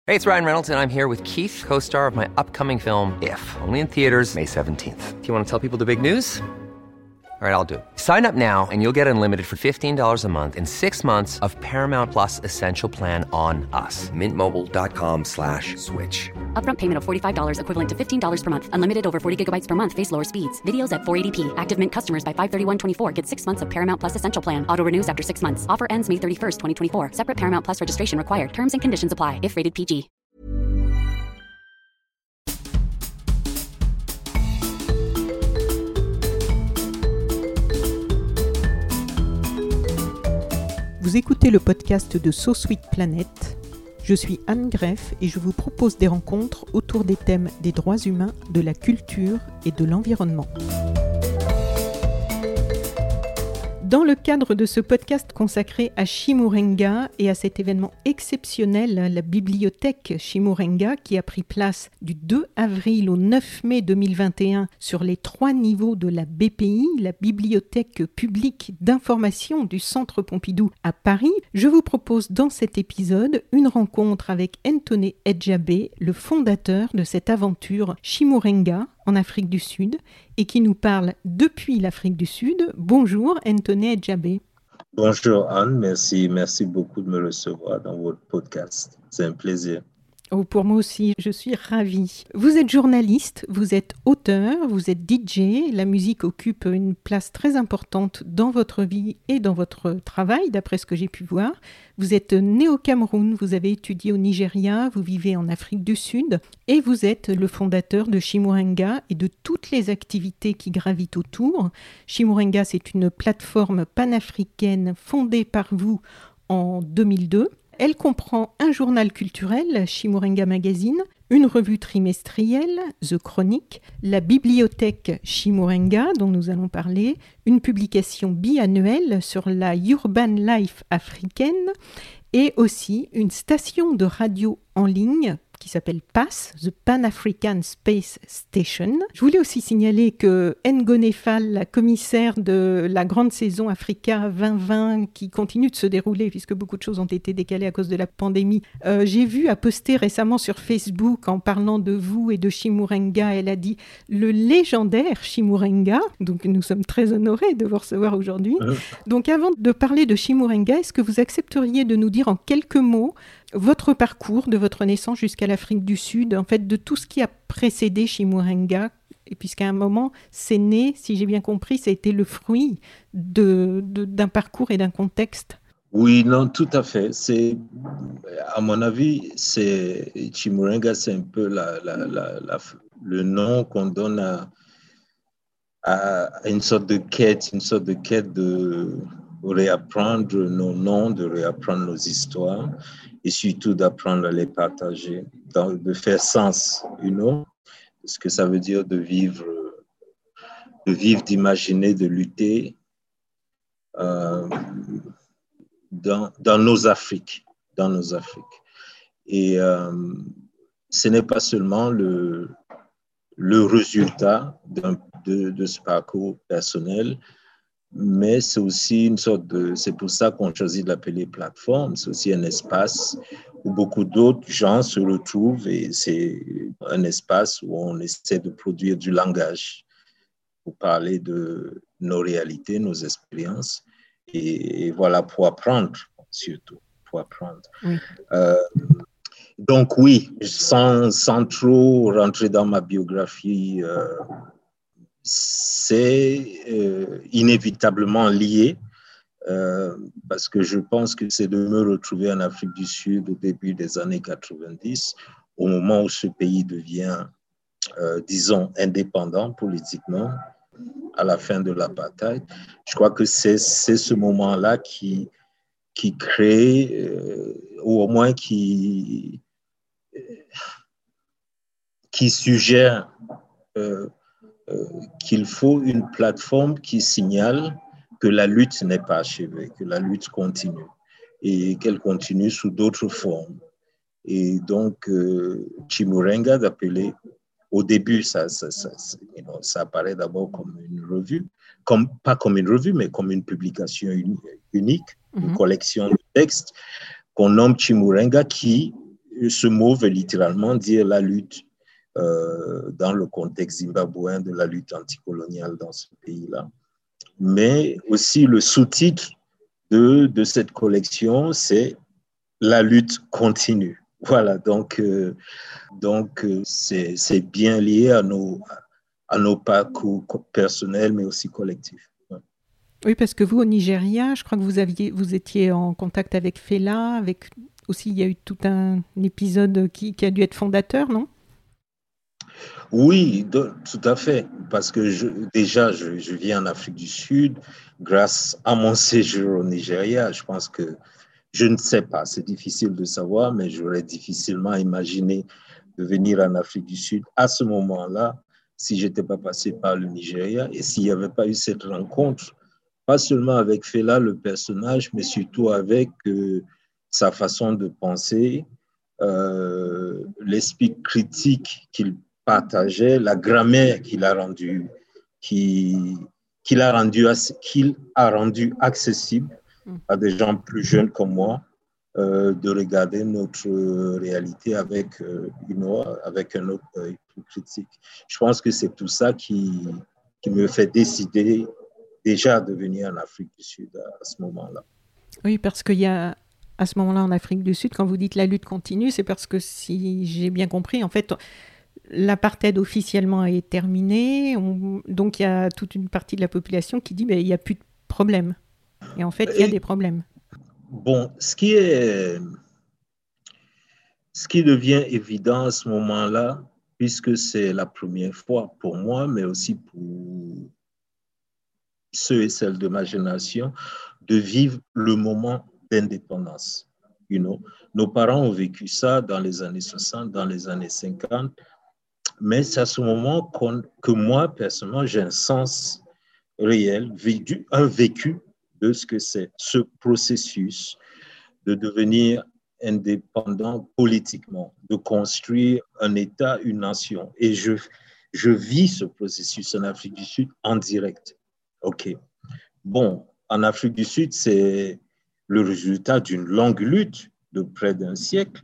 Hey, it's Ryan Reynolds, and I'm here with Keith, co-star of my upcoming film, If, only in theaters May 17th. Do you want to tell people the big news? All right, I'll do it. Sign up now and you'll get unlimited for $15 a month and 6 months of Paramount Plus Essential Plan on us. MintMobile.com/switch. Upfront payment of $45 equivalent to $15 per month. Unlimited over 40 gigabytes per month. Face lower speeds. Videos at 480p. Active Mint customers by 531.24 get 6 months of Paramount Plus Essential Plan. Auto renews after 6 months. Offer ends May 31st, 2024. Separate Paramount Plus registration required. Terms and conditions apply if rated PG. Vous écoutez le podcast de So Sweet Planet. Je suis Anne Greff et je vous propose des rencontres autour des thèmes des droits humains, de la culture et de l'environnement. Dans le cadre de ce podcast consacré à Chimurenga et à cet événement exceptionnel, la bibliothèque Chimurenga, qui a pris place du 2 avril au 9 mai 2021 sur les 3 niveaux de la BPI, la Bibliothèque publique d'information du Centre Pompidou à Paris, je vous propose dans cet épisode une rencontre avec Ntone Edjabé, le fondateur de cette aventure Chimurenga en Afrique du Sud et qui nous parle depuis l'Afrique du Sud. Bonjour Ntone Edjabé. Bonjour Anne, merci beaucoup de me recevoir dans votre podcast. C'est un plaisir. Oh, pour moi aussi, je suis ravie. Vous êtes journaliste, vous êtes auteur, vous êtes DJ. La musique occupe une place très importante dans votre vie et dans votre travail, d'après ce que j'ai pu voir. Vous êtes né au Cameroun, vous avez étudié au Nigeria, vous vivez en Afrique du Sud et vous êtes le fondateur de Chimurenga et de toutes les activités qui gravitent autour. Chimurenga, c'est une plateforme panafricaine fondée par vous en 2002. Elle comprend un journal culturel, Chimurenga Magazine, une revue trimestrielle, The Chronique, la bibliothèque Chimurenga, dont nous allons parler, une publication biannuelle sur la urban life africaine et aussi une station de radio en ligne qui s'appelle PASS, The Pan-African Space Station. Je voulais aussi signaler que Ngone Fall, la commissaire de la grande saison Africa 2020 qui continue de se dérouler puisque beaucoup de choses ont été décalées à cause de la pandémie, j'ai vu a posté récemment sur Facebook en parlant de vous et de Chimurenga, elle a dit le légendaire Chimurenga, donc nous sommes très honorés de vous recevoir aujourd'hui. Donc avant de parler de Chimurenga, est-ce que vous accepteriez de nous dire en quelques mots votre parcours de votre naissance jusqu'à l'Afrique du Sud, en fait, de tout ce qui a précédé Chimurenga, et puisqu'à un moment, c'est né, si j'ai bien compris, ça a été le fruit d'un parcours et d'un contexte. Oui, non, tout à fait. C'est, à mon avis, Chimurenga, c'est un peu le nom qu'on donne à une sorte de quête de réapprendre nos noms, de réapprendre nos histoires et surtout d'apprendre à les partager, de faire sens, ce que ça veut dire de vivre, d'imaginer, de lutter dans nos Afriques. Et ce n'est pas seulement le résultat de ce parcours personnel, mais c'est aussi c'est pour ça qu'on choisit de l'appeler plateforme. C'est aussi un espace où beaucoup d'autres gens se retrouvent et c'est un espace où on essaie de produire du langage pour parler de nos réalités, nos expériences et voilà, pour apprendre surtout, pour apprendre. Oui. Donc oui, sans trop rentrer dans ma biographie, c'est inévitablement lié parce que je pense que c'est de me retrouver en Afrique du Sud au début des années 90, au moment où ce pays devient, disons, indépendant politiquement, à la fin de l'apartheid. Je crois que c'est ce moment-là qui crée, ou au moins qui suggère qu'il faut une plateforme qui signale que la lutte n'est pas achevée, que la lutte continue et qu'elle continue sous d'autres formes. Et donc, Chimurenga d'appeler, au début, ça apparaît d'abord comme une revue, pas comme une revue, mais comme une publication unique, une collection de textes qu'on nomme Chimurenga qui ce mot veut littéralement dire la lutte dans le contexte zimbabwéen de la lutte anticoloniale dans ce pays-là. Mais aussi le sous-titre de cette collection, c'est la lutte continue. Voilà, donc c'est bien lié à nos parcours personnels, mais aussi collectifs. Ouais. Oui, parce que vous, au Nigeria, je crois que vous étiez en contact avec Fela, aussi, il y a eu tout un épisode qui a dû être fondateur, non? Oui, tout à fait, parce que je vis en Afrique du Sud grâce à mon séjour au Nigeria. Je pense que je ne sais pas, c'est difficile de savoir, mais j'aurais difficilement imaginé de venir en Afrique du Sud à ce moment-là si je n'étais pas passé par le Nigeria et s'il n'y avait pas eu cette rencontre, pas seulement avec Fela, le personnage, mais surtout avec sa façon de penser, l'esprit critique qu'il partageait, la grammaire qu'il a rendu accessible à des gens plus jeunes comme moi, de regarder notre réalité avec un autre œil plus critique. Je pense que c'est tout ça qui me fait décider déjà de venir en Afrique du Sud à ce moment-là. Oui, parce qu'il y a, à ce moment-là, en Afrique du Sud, quand vous dites la lutte continue, c'est parce que, si j'ai bien compris, en fait, l'apartheid officiellement est terminé, donc il y a toute une partie de la population qui dit il n'y a plus de problème. Et en fait, il y a des problèmes. Bon, ce qui devient évident à ce moment-là, puisque c'est la première fois pour moi, mais aussi pour ceux et celles de ma génération, de vivre le moment d'indépendance. Nos parents ont vécu ça dans les années 60, dans les années 50, mais c'est à ce moment que moi, personnellement, j'ai un sens réel, un vécu de ce que c'est ce processus de devenir indépendant politiquement, de construire un État, une nation. Et je vis ce processus en Afrique du Sud en direct. OK. Bon, en Afrique du Sud, c'est le résultat d'une longue lutte de près d'un siècle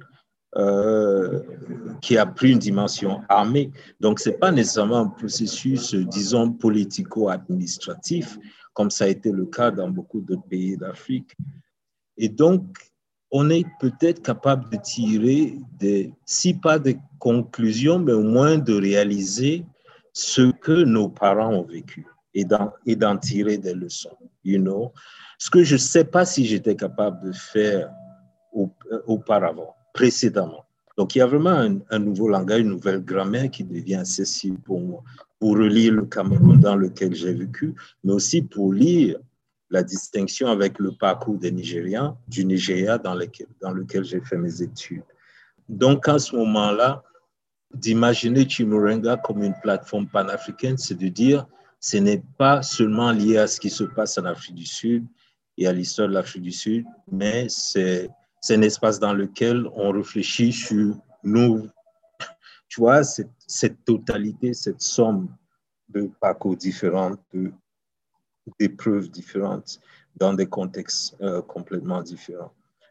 qui a pris une dimension armée. Donc, ce n'est pas nécessairement un processus, disons, politico-administratif, comme ça a été le cas dans beaucoup d'autres pays d'Afrique. Et donc, on est peut-être capable de tirer si pas des conclusions, mais au moins de réaliser ce que nos parents ont vécu et d'en tirer des leçons. Ce que je ne sais pas si j'étais capable de faire auparavant, précédemment. Donc, il y a vraiment un nouveau langage, une nouvelle grammaire qui devient accessible pour moi, pour relire le Cameroun dans lequel j'ai vécu, mais aussi pour lire la distinction avec le parcours des Nigérians, du Nigeria dans lequel j'ai fait mes études. Donc, à ce moment-là, d'imaginer Chimurenga comme une plateforme panafricaine, c'est de dire ce n'est pas seulement lié à ce qui se passe en Afrique du Sud et à l'histoire de l'Afrique du Sud, mais c'est un espace dans lequel on réfléchit sur nous, tu vois, cette totalité, cette somme de parcours différents, d'épreuves différentes dans des contextes complètement différents.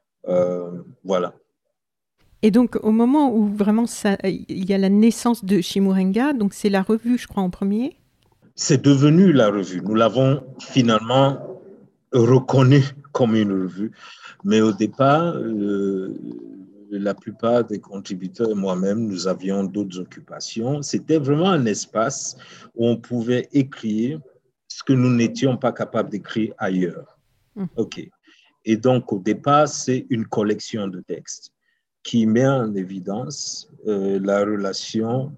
Voilà. Et donc, au moment où vraiment il y a la naissance de Chimurenga, donc c'est la revue, je crois, en premier? C'est devenu la revue. Nous l'avons finalement reconnue comme une revue. Mais au départ, la plupart des contributeurs et moi-même, nous avions d'autres occupations. C'était vraiment un espace où on pouvait écrire ce que nous n'étions pas capables d'écrire ailleurs. OK. Et donc, au départ, c'est une collection de textes qui met en évidence la relation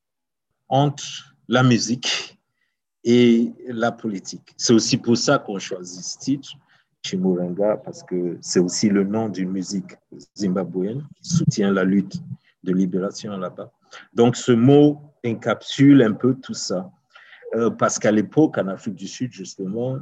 entre la musique et la politique. C'est aussi pour ça qu'on choisit ce titre, Chimurenga, parce que c'est aussi le nom d'une musique zimbabwéenne qui soutient la lutte de libération là-bas. Donc, ce mot encapsule un peu tout ça. Parce qu'à l'époque, en Afrique du Sud, justement,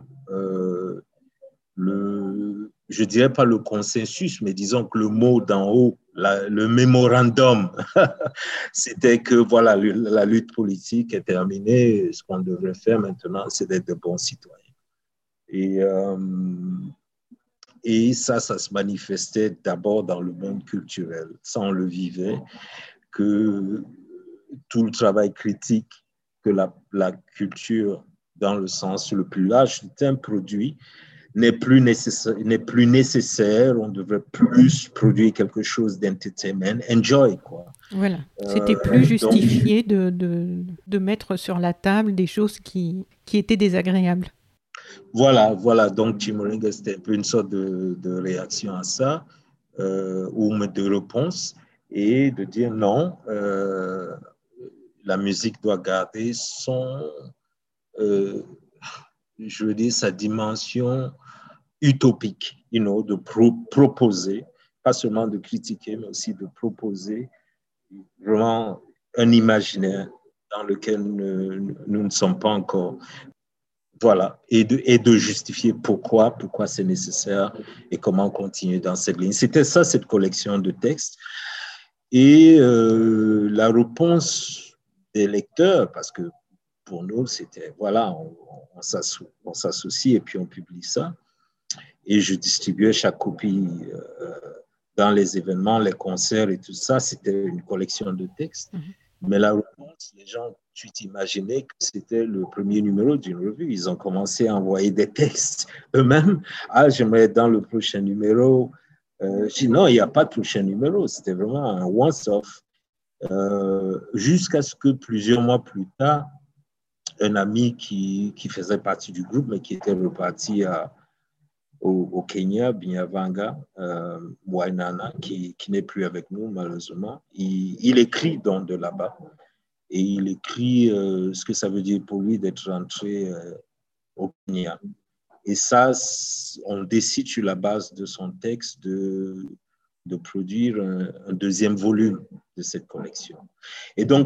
je dirais pas le consensus, mais disons que le mot d'en haut, le mémorandum, c'était que voilà, la lutte politique est terminée. Ce qu'on devrait faire maintenant, c'est d'être de bons citoyens. Et ça se manifestait d'abord dans le monde culturel. Ça, on le vivait, que tout le travail critique que la culture, dans le sens le plus large du terme, produit, n'est plus nécessaire. On devrait plus produire quelque chose d'entertainment, enjoy, quoi. Voilà, c'était plus justifié de mettre sur la table des choses qui étaient désagréables. Voilà. Donc, Chimurenga, c'était un peu une sorte de réaction à ça, ou de réponse, et de dire non, la musique doit garder je veux dire, sa dimension utopique, de proposer, pas seulement de critiquer, mais aussi de proposer vraiment un imaginaire dans lequel nous ne sommes pas encore. Voilà, et de justifier pourquoi c'est nécessaire et comment continuer dans cette ligne. C'était ça, cette collection de textes. Et la réponse des lecteurs, parce que pour nous, c'était, voilà, on s'associe et puis on publie ça. Et je distribuais chaque copie dans les événements, les concerts et tout ça. C'était une collection de textes. Mais la réponse, les gens tout de suite imaginaient que c'était le premier numéro d'une revue. Ils ont commencé à envoyer des textes eux-mêmes. Ah, j'aimerais être dans le prochain numéro. Je dis non, il n'y a pas de prochain numéro. C'était vraiment un once-off. Jusqu'à ce que plusieurs mois plus tard, un ami qui faisait partie du groupe, mais qui était reparti au Kenya, Binyavanga, Wainana, qui n'est plus avec nous malheureusement, il écrit donc de là-bas. Et il écrit ce que ça veut dire pour lui d'être rentré au Kenya. Et ça, on décide sur la base de son texte de produire un deuxième volume de cette collection. Et donc,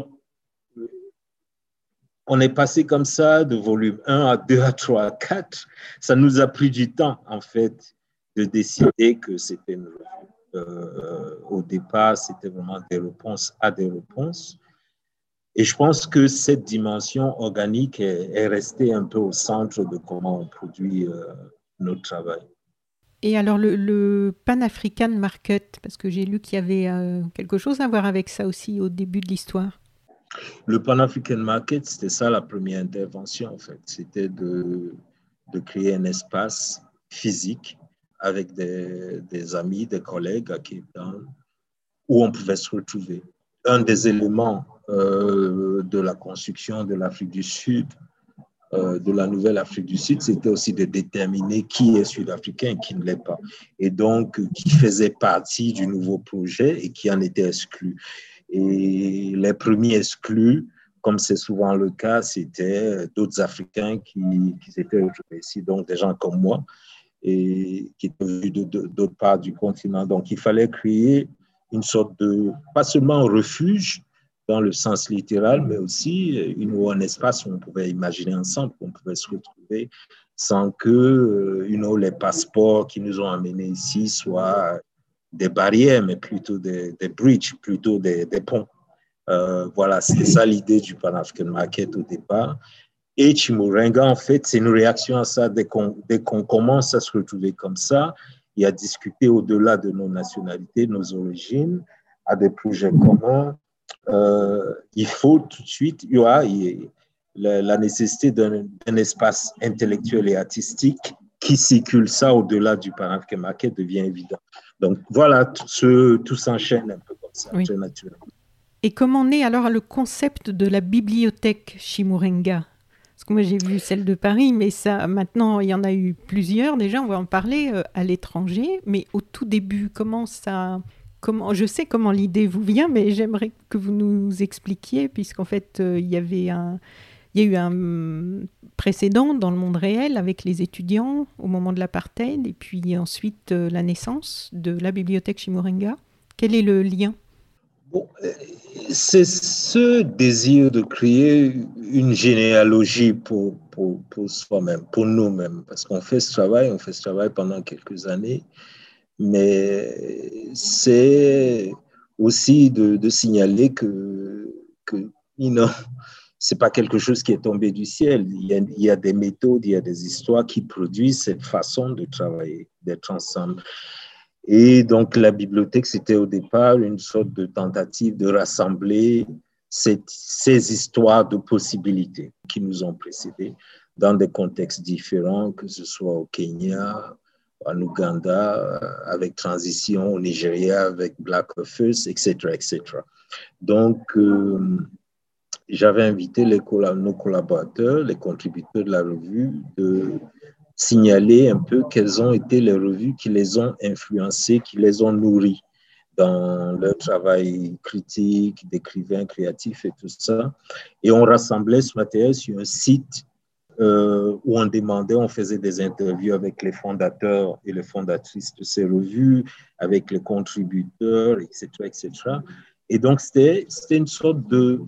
on est passé comme ça de volume 1 à 2 à 3 à 4. Ça nous a pris du temps, en fait, de décider que c'était une revue. Au départ, c'était vraiment des réponses à des réponses. Et je pense que cette dimension organique est restée un peu au centre de comment on produit notre travail. Et alors le Pan-African Market, parce que j'ai lu qu'il y avait quelque chose à voir avec ça aussi au début de l'histoire. Le Pan-African Market, c'était ça la première intervention, en fait. C'était de créer un espace physique avec des amis, des collègues à Cape Town, où on pouvait se retrouver. Un des éléments de la construction de l'Afrique du Sud, de la nouvelle Afrique du Sud, c'était aussi de déterminer qui est sud-africain et qui ne l'est pas. Et donc, qui faisait partie du nouveau projet et qui en était exclu. Et les premiers exclus, comme c'est souvent le cas, c'était d'autres Africains qui étaient retrouvés ici, donc des gens comme moi, et qui étaient venus d'autres parts du continent. Donc, il fallait créer une sorte de, pas seulement un refuge dans le sens littéral, mais aussi un espace où on pouvait imaginer ensemble, où on pouvait se retrouver sans que les passeports qui nous ont amenés ici soient des barrières, mais plutôt des bridges, plutôt des ponts. Voilà, c'était ça l'idée du Pan-African Market au départ. Et Chimurenga, en fait, c'est une réaction à ça. Dès qu'on commence à se retrouver comme ça et à discuter au-delà de nos nationalités, nos origines, à des projets communs, il faut tout de suite, il y aura la nécessité d'un espace intellectuel et artistique qui circule ça au-delà du Pan-African Market devient évident. Donc voilà, tout s'enchaîne un peu comme ça, oui. Très naturellement. Et comment naît alors le concept de la bibliothèque Chimurenga ? Parce que moi j'ai vu celle de Paris, mais ça, maintenant il y en a eu plusieurs déjà, on va en parler à l'étranger. Mais au tout début, je sais comment l'idée vous vient, mais j'aimerais que vous nous expliquiez, puisqu'en fait il y a eu un précédent dans le monde réel avec les étudiants au moment de l'apartheid, et puis ensuite la naissance de la bibliothèque Chimurenga. Quel est le lien ? Bon, c'est ce désir de créer une généalogie pour soi-même, pour nous-mêmes, parce qu'on fait ce travail pendant quelques années, mais c'est aussi de signaler que c'est pas quelque chose qui est tombé du ciel. Il y a des méthodes, il y a des histoires qui produisent cette façon de travailler, d'être ensemble. Et donc, la bibliothèque, c'était au départ une sorte de tentative de rassembler ces histoires de possibilités qui nous ont précédés dans des contextes différents, que ce soit au Kenya, en Ouganda, avec Transition, au Nigeria, avec Black First, etc., etc. Donc, j'avais invité nos collaborateurs, les contributeurs de la revue, de signaler un peu quelles ont été les revues qui les ont influencés, qui les ont nourris dans leur travail critique, d'écrivain créatif et tout ça. Et on rassemblait ce matériel sur un site où on demandait, on faisait des interviews avec les fondateurs et les fondatrices de ces revues, avec les contributeurs, etc., etc. Et donc, c'était une sorte de,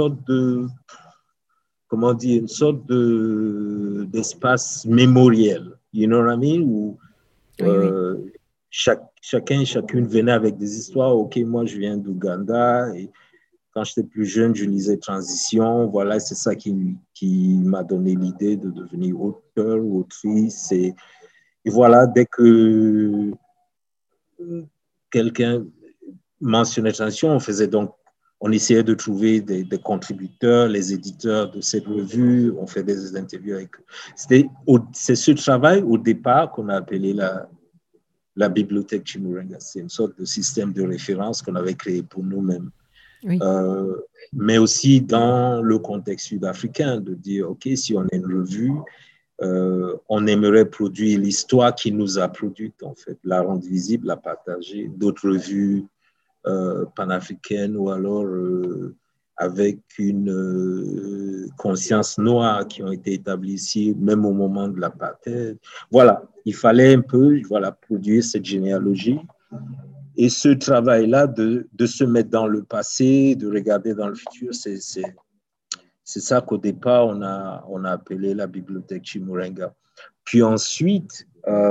comment dire, une sorte d'espace mémoriel, you know what I mean, où chacun et chacune venait avec des histoires. OK, moi, je viens d'Ouganda et quand j'étais plus jeune, je lisais Transition. Voilà, c'est ça qui m'a donné l'idée de devenir auteur ou autrice. Et voilà, dès que quelqu'un mentionnait Transition, on essayait de trouver des contributeurs, les éditeurs de cette revue, on fait des interviews avec eux. C'est ce travail au départ qu'on a appelé la bibliothèque Chimurenga. C'est une sorte de système de référence qu'on avait créé pour nous-mêmes. Oui. Mais aussi dans le contexte sud-africain, de dire, OK, si on a une revue, on aimerait produire l'histoire qui nous a produite, en fait, la rendre visible, la partager. D'autres revues panafricaines ou alors avec une conscience noire qui ont été établies ici, même au moment de l'apartheid. Voilà, il fallait un peu produire cette généalogie. Et ce travail-là de se mettre dans le passé, de regarder dans le futur, c'est ça qu'au départ, on a appelé la bibliothèque Chimurenga. Puis ensuite,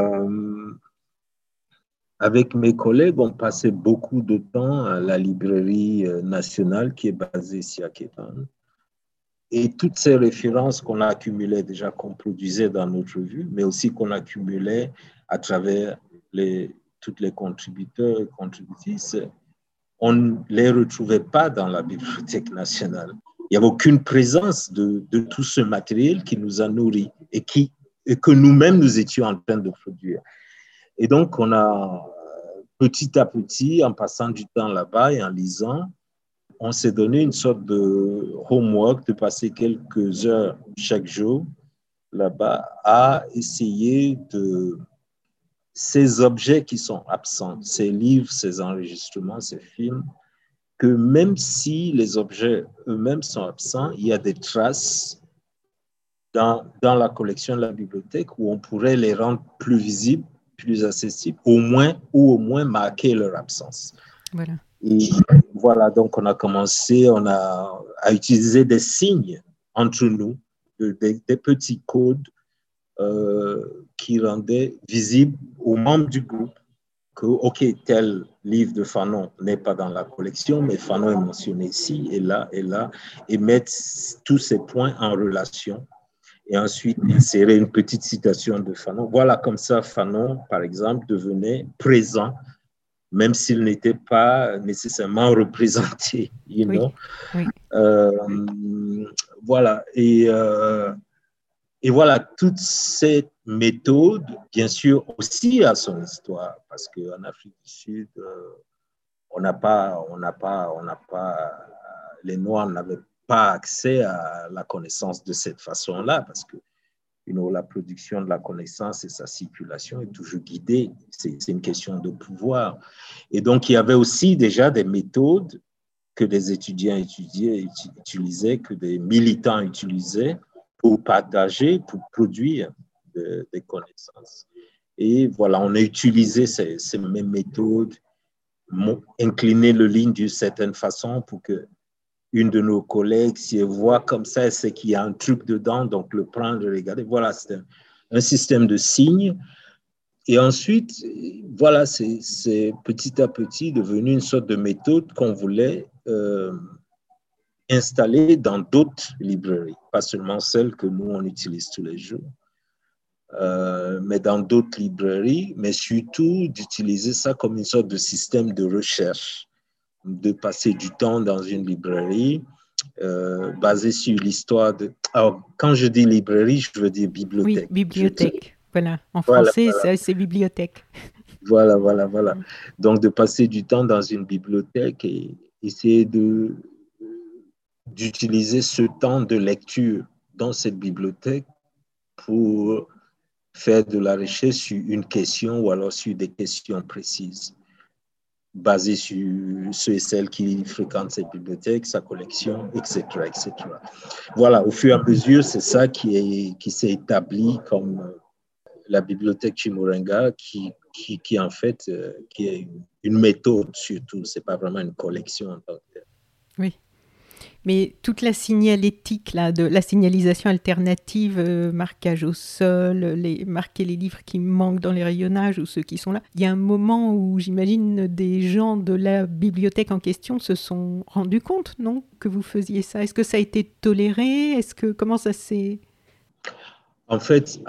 avec mes collègues, on passait beaucoup de temps à la librairie nationale qui est basée ici à Cape Town. Et toutes ces références qu'on a accumulées déjà, qu'on produisait dans notre revue, mais aussi qu'on accumulait à travers toutes les contributeurs et contributrices, on ne les retrouvait pas dans la Bibliothèque nationale. Il n'y avait aucune présence de tout ce matériel qui nous a nourris et que nous-mêmes, nous étions en train de produire. Et donc, on a petit à petit, en passant du temps là-bas et en lisant, on s'est donné une sorte de homework de passer quelques heures chaque jour là-bas à essayer de ces objets qui sont absents, ces livres, ces enregistrements, ces films, que même si les objets eux-mêmes sont absents, il y a des traces dans la collection de la bibliothèque où on pourrait les rendre plus visibles, plus accessibles, au moins marquer leur absence. Voilà. Et voilà, donc on a commencé à utiliser des signes entre nous, des petits codes qui rendaient visible aux membres du groupe que, OK, tel livre de Fanon n'est pas dans la collection, mais Fanon est mentionné ici et là, et mettre tous ces points en relation. Et ensuite, insérer une petite citation de Fanon. Voilà, comme ça, Fanon, par exemple, devenait présent, même s'il n'était pas nécessairement représenté, you know? Oui. Voilà, et voilà, toute cette méthode, bien sûr, aussi a son histoire, parce qu'en Afrique du Sud, les Noirs n'avaient pas accès à la connaissance de cette façon-là, parce que la production de la connaissance et sa circulation est toujours guidée. C'est une question de pouvoir. Et donc, il y avait aussi déjà des méthodes que des étudiants utilisaient, que des militants utilisaient pour partager, pour produire des connaissances. Et voilà, on a utilisé ces mêmes méthodes, incliner le ligne d'une certaine façon pour que une de nos collègues, si elle voit comme ça, elle sait qu'il y a un truc dedans, donc le prendre, le regarder. Voilà, c'est un système de signes. Et ensuite, voilà, c'est petit à petit devenu une sorte de méthode qu'on voulait installé dans d'autres librairies, pas seulement celles que nous, on utilise tous les jours, mais dans d'autres librairies, mais surtout d'utiliser ça comme une sorte de système de recherche, de passer du temps dans une librairie basé sur l'histoire de... Alors, quand je dis librairie, je veux dire bibliothèque. Oui, bibliothèque. Voilà. En français, voilà. c'est bibliothèque. Voilà. Donc, de passer du temps dans une bibliothèque et essayer d'utiliser ce temps de lecture dans cette bibliothèque pour faire de la recherche sur une question ou alors sur des questions précises, basées sur ceux et celles qui fréquentent cette bibliothèque, sa collection, etc., etc. Voilà, au fur et à mesure, c'est ça qui s'est établi comme la bibliothèque Chimurenga, qui en fait, qui est une méthode surtout, c'est pas vraiment une collection en tant que telle. Oui. Mais toute la signalétique, là, de la signalisation alternative, marquage au sol, marquer les livres qui manquent dans les rayonnages ou ceux qui sont là, il y a un moment où j'imagine des gens de la bibliothèque en question se sont rendus compte, non, que vous faisiez ça. Est-ce que ça a été toléré? Comment ça s'est... En fait,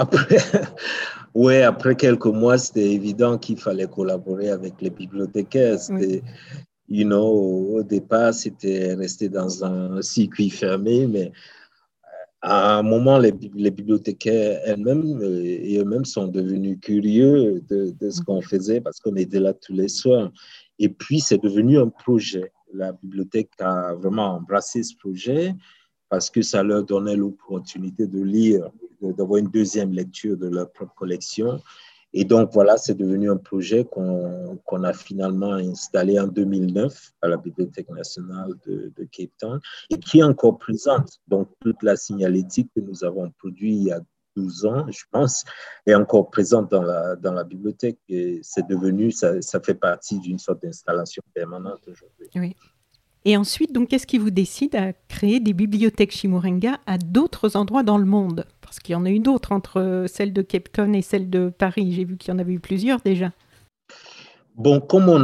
après quelques mois, c'était évident qu'il fallait collaborer avec les bibliothécaires. C'était, au départ, c'était resté dans un circuit fermé, mais à un moment, les bibliothécaires eux-mêmes sont devenus curieux de ce qu'on faisait parce qu'on était là tous les soirs. Et puis, c'est devenu un projet. La bibliothèque a vraiment embrassé ce projet parce que ça leur donnait l'opportunité de lire, d'avoir une deuxième lecture de leur propre collection. Et donc, voilà, c'est devenu un projet qu'on a finalement installé en 2009 à la Bibliothèque nationale de Cape Town et qui est encore présente. Donc, toute la signalétique que nous avons produite il y a 12 ans, je pense, est encore présente dans la bibliothèque. Et c'est devenu, ça fait partie d'une sorte d'installation permanente aujourd'hui. Oui. Et ensuite, donc, qu'est-ce qui vous décide à créer des bibliothèques Chimurenga à d'autres endroits dans le monde? Parce qu'il y en a eu d'autres entre celle de Cape Town et celle de Paris. J'ai vu qu'il y en avait eu plusieurs déjà. Bon,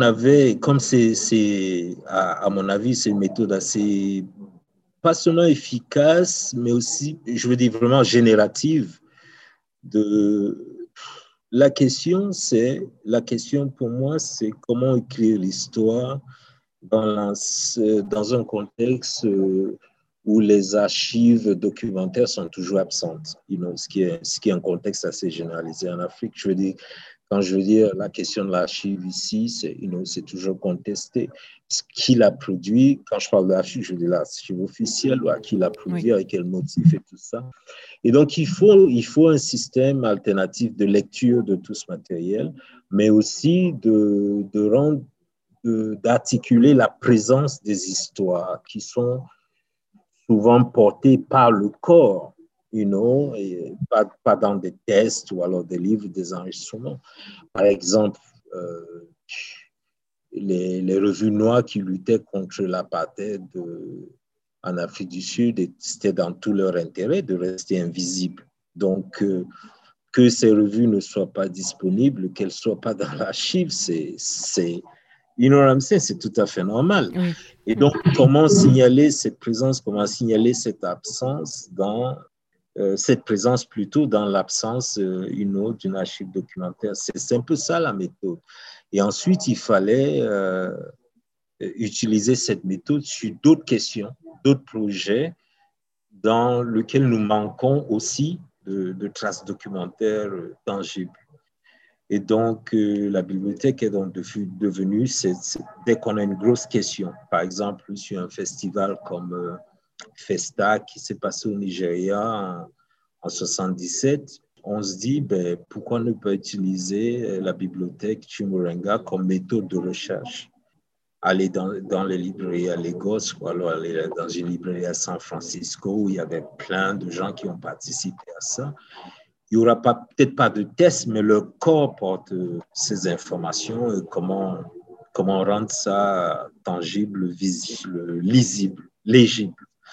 c'est à mon avis, c'est une méthode assez, pas seulement efficace, mais aussi, je veux dire, vraiment générative. La question pour moi, c'est comment écrire l'histoire dans un contexte où les archives documentaires sont toujours absentes, ce qui est un contexte assez généralisé en Afrique. Quand je veux dire la question de l'archive ici, c'est toujours contesté. Ce qui l'a produit, quand je parle d'archive, je veux dire l'archive officielle, ou à qui l'a produit, avec quel motif et tout ça. Et donc, il faut un système alternatif de lecture de tout ce matériel, mais aussi d'articuler la présence des histoires qui sont souvent portées par le corps, et pas dans des tests ou alors des livres, des enregistrements. Par exemple, les revues noires qui luttaient contre l'apartheid en Afrique du Sud, c'était dans tout leur intérêt de rester invisibles. Donc, que ces revues ne soient pas disponibles, qu'elles ne soient pas dans l'archive, c'est tout à fait normal. Oui. Et donc, comment signaler cette présence, comment signaler cette absence cette présence plutôt dans l'absence d'une archive documentaire. C'est un peu ça la méthode. Et ensuite, il fallait utiliser cette méthode sur d'autres questions, d'autres projets dans lesquels nous manquons aussi de traces documentaires tangibles. Et donc, la bibliothèque est donc devenue, dès qu'on a une grosse question, par exemple sur un festival comme Festa qui s'est passé au Nigeria en 1977, on se dit, pourquoi ne pas utiliser la bibliothèque Chimurenga comme méthode de recherche? Aller dans les librairies à Lagos ou alors aller dans une librairie à San Francisco où il y avait plein de gens qui ont participé à ça. Il n'y aura peut-être pas de test, mais le corps porte ces informations et comment rendre ça tangible, visible, lisible, légible.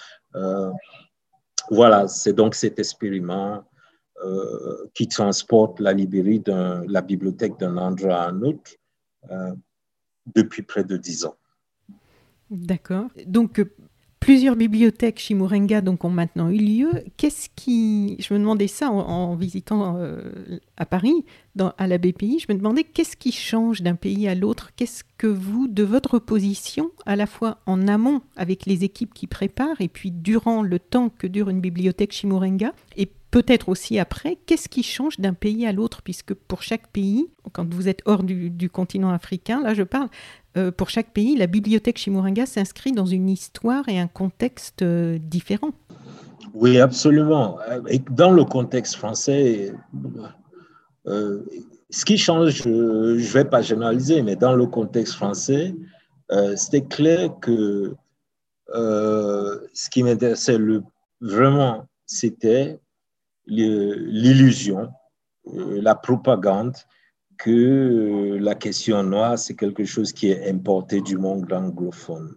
Voilà, c'est donc cet expériment qui transporte la bibliothèque d'un endroit à un autre depuis près de 10 ans. D'accord. Donc, Plusieurs bibliothèques Chimurenga donc ont maintenant eu lieu. Je me demandais ça en visitant à Paris, à la BPI, je me demandais qu'est-ce qui change d'un pays à l'autre? Qu'est-ce que vous, de votre position, à la fois en amont avec les équipes qui préparent et puis durant le temps que dure une bibliothèque Chimurenga et peut-être aussi après, qu'est-ce qui change d'un pays à l'autre? Puisque pour chaque pays, quand vous êtes hors du continent africain, là je parle, pour chaque pays, la bibliothèque Chimurenga s'inscrit dans une histoire et un contexte différents. Oui, absolument. Et dans le contexte français, ce qui change, je ne vais pas généraliser, mais dans le contexte français, c'était clair que ce qui m'intéressait vraiment, c'était l'illusion, la propagande que la question noire, c'est quelque chose qui est importé du monde anglophone,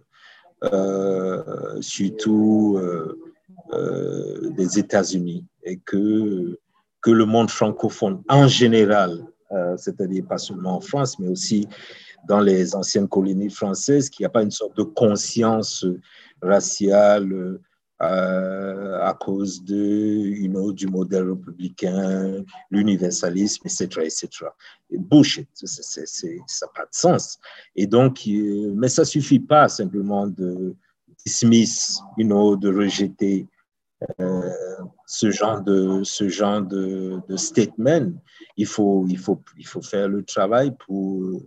surtout des États-Unis, et que le monde francophone en général, c'est-à-dire pas seulement en France, mais aussi dans les anciennes colonies françaises, qu'il n'y a pas une sorte de conscience raciale à cause du modèle républicain, l'universalisme, etc., etc. Bullshit, ça n'a pas de sens. Et donc, mais ça ne suffit pas simplement de dismiss, de rejeter ce genre de statement. Il faut faire le travail pour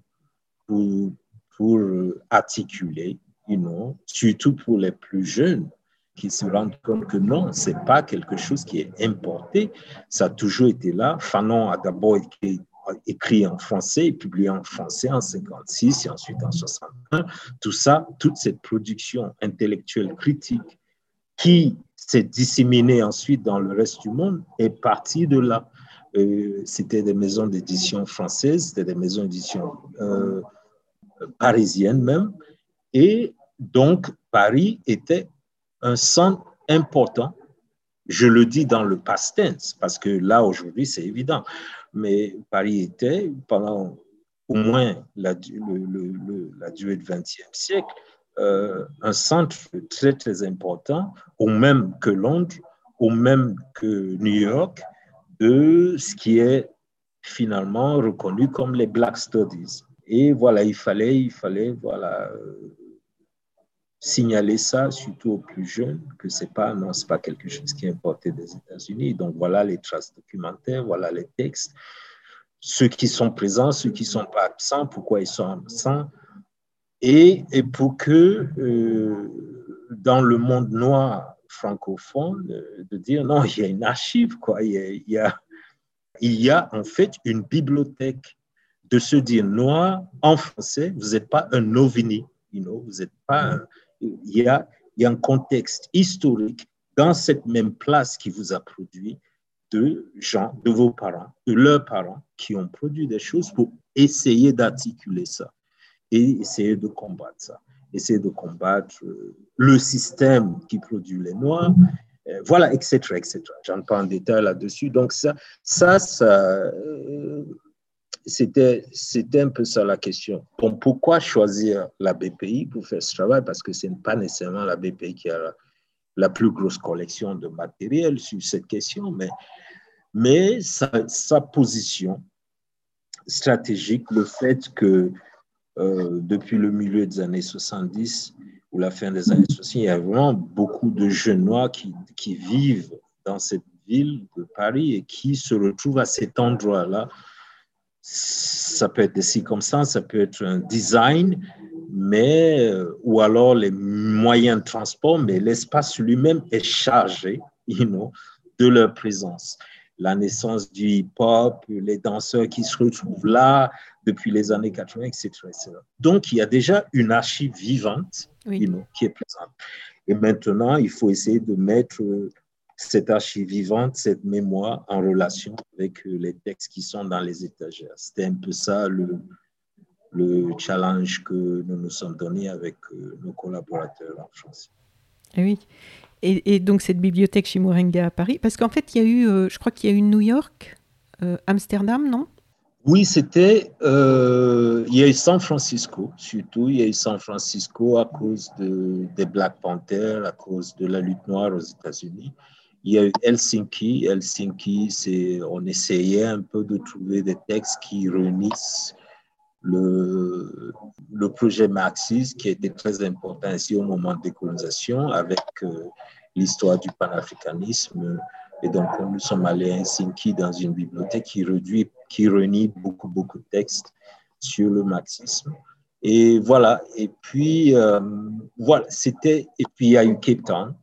articuler, surtout pour les plus jeunes, qui se rendent compte que non, ce n'est pas quelque chose qui est importé. Ça a toujours été là. Fanon a d'abord écrit en français et publié en français en 1956 et ensuite en 1961. Tout ça, toute cette production intellectuelle critique qui s'est disséminée ensuite dans le reste du monde est partie de là. C'était des maisons d'édition françaises, c'était des maisons d'édition parisiennes même. Et donc, Paris était un centre important. Je le dis dans le past tense, parce que là, aujourd'hui, c'est évident. Mais Paris était, pendant au moins la durée du XXe siècle, un centre très, très important, au même que Londres, au même que New York, de ce qui est finalement reconnu comme les Black Studies. Et voilà, il fallait signaler ça, surtout aux plus jeunes, que c'est pas quelque chose qui est importé des États-Unis. Donc voilà les traces documentaires, voilà les textes, ceux qui sont présents, ceux qui ne sont pas absents, pourquoi ils sont absents, et pour que dans le monde noir francophone, de dire non, il y a une archive, quoi. Il y a en fait une bibliothèque, de se dire noir en français, vous n'êtes pas un ovni, vous n'êtes pas il y a un contexte historique dans cette même place qui vous a produit de gens, de vos parents, de leurs parents qui ont produit des choses pour essayer d'articuler ça et essayer de combattre ça, essayer de combattre le système qui produit les Noirs, voilà, etc., etc. J'en parle en détail là-dessus. Donc c'était un peu ça la question. Bon, pourquoi choisir la BPI pour faire ce travail? Parce que ce n'est pas nécessairement la BPI qui a la plus grosse collection de matériel sur cette question, mais sa position stratégique, le fait que depuis le milieu des années 70 ou la fin des années 60, il y a vraiment beaucoup de jeunes noirs qui vivent dans cette ville de Paris et qui se retrouvent à cet endroit-là. Ça peut être des circonstances, ça peut être un design, ou alors les moyens de transport, mais l'espace lui-même est chargé, de leur présence. La naissance du hip-hop, les danseurs qui se retrouvent là depuis les années 80, etc., etc. Donc, il y a déjà une archive vivante, oui, qui est présente. Et maintenant, il faut essayer de mettre cette archive vivante, cette mémoire en relation avec les textes qui sont dans les étagères. C'était un peu ça le challenge que nous nous sommes donné avec nos collaborateurs en France. Oui. Et donc cette bibliothèque Chimurenga à Paris, parce qu'en fait, il y a eu, je crois qu'il y a eu New York, Amsterdam, non? Oui, il y a eu San Francisco, surtout, il y a eu San Francisco à cause des Black Panthers, à cause de la lutte noire aux États-Unis. Il y a eu Helsinki. On essayait un peu de trouver des textes qui réunissent le projet marxiste qui était très important ici au moment de décolonisation avec l'histoire du panafricanisme. Et donc, nous sommes allés à Helsinki dans une bibliothèque qui réunit beaucoup de textes sur le marxisme. Et voilà. Et puis, voilà, et puis il y a eu Cape Town.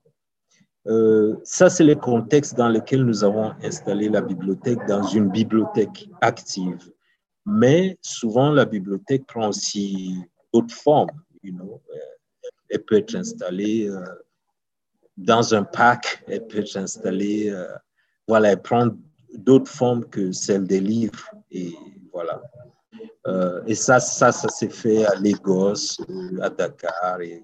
Ça, c'est le contexte dans lequel nous avons installé la bibliothèque dans une bibliothèque active. Mais souvent, la bibliothèque prend aussi d'autres formes. Elle peut être installée dans un parc, elle peut être installée, voilà, elle prend d'autres formes que celles des livres. Et voilà. Et ça s'est fait à Lagos, à Dakar et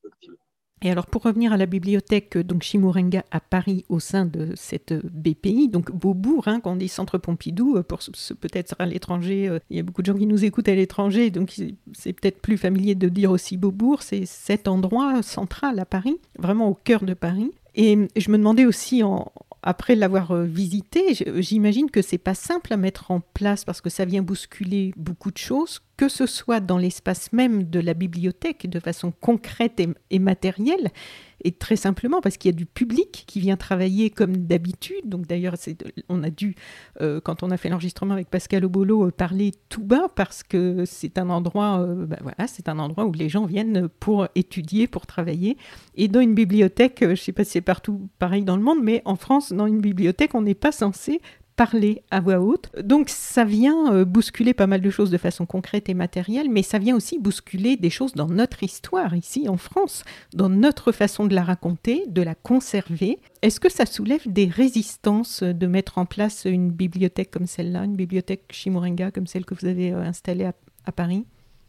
Et alors, pour revenir à la bibliothèque donc Chimurenga à Paris au sein de cette BPI, donc Beaubourg, quand on dit Centre Pompidou, pour peut-être à l'étranger, il y a beaucoup de gens qui nous écoutent à l'étranger, donc c'est peut-être plus familier de dire aussi Beaubourg, c'est cet endroit central à Paris, vraiment au cœur de Paris. Et je me demandais aussi, après l'avoir visité, j'imagine que c'est pas simple à mettre en place parce que ça vient bousculer beaucoup de choses, que ce soit dans l'espace même de la bibliothèque de façon concrète et matérielle, et très simplement parce qu'il y a du public qui vient travailler comme d'habitude. Donc d'ailleurs, on a dû, quand on a fait l'enregistrement avec Pascal Obolo, parler tout bas parce que c'est un endroit, c'est un endroit où les gens viennent pour étudier, pour travailler. Et dans une bibliothèque, je ne sais pas si c'est partout pareil dans le monde, mais en France, dans une bibliothèque, on n'est pas censé parler à voix haute. Donc ça vient bousculer pas mal de choses de façon concrète et matérielle, mais ça vient aussi bousculer des choses dans notre histoire ici en France, dans notre façon de la raconter, de la conserver. Est-ce que ça soulève des résistances de mettre en place une bibliothèque comme celle-là, une bibliothèque Chimurenga comme celle que vous avez installée à Paris ?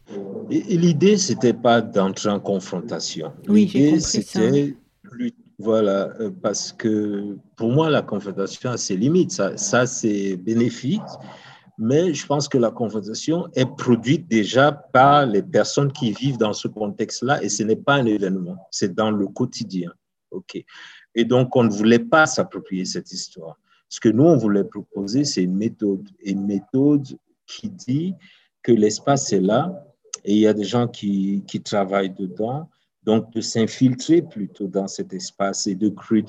Et l'idée, c'était pas d'entrer en confrontation. Oui, j'ai compris c'était voilà, parce que pour moi, la confrontation a ses limites. Ça c'est bénéfique, mais je pense que la confrontation est produite déjà par les personnes qui vivent dans ce contexte-là et ce n'est pas un événement, c'est dans le quotidien. OK. Et donc, on ne voulait pas s'approprier cette histoire. Ce que nous, on voulait proposer, c'est une méthode qui dit que l'espace est là et il y a des gens qui travaillent dedans. Donc, de s'infiltrer plutôt dans cet espace et de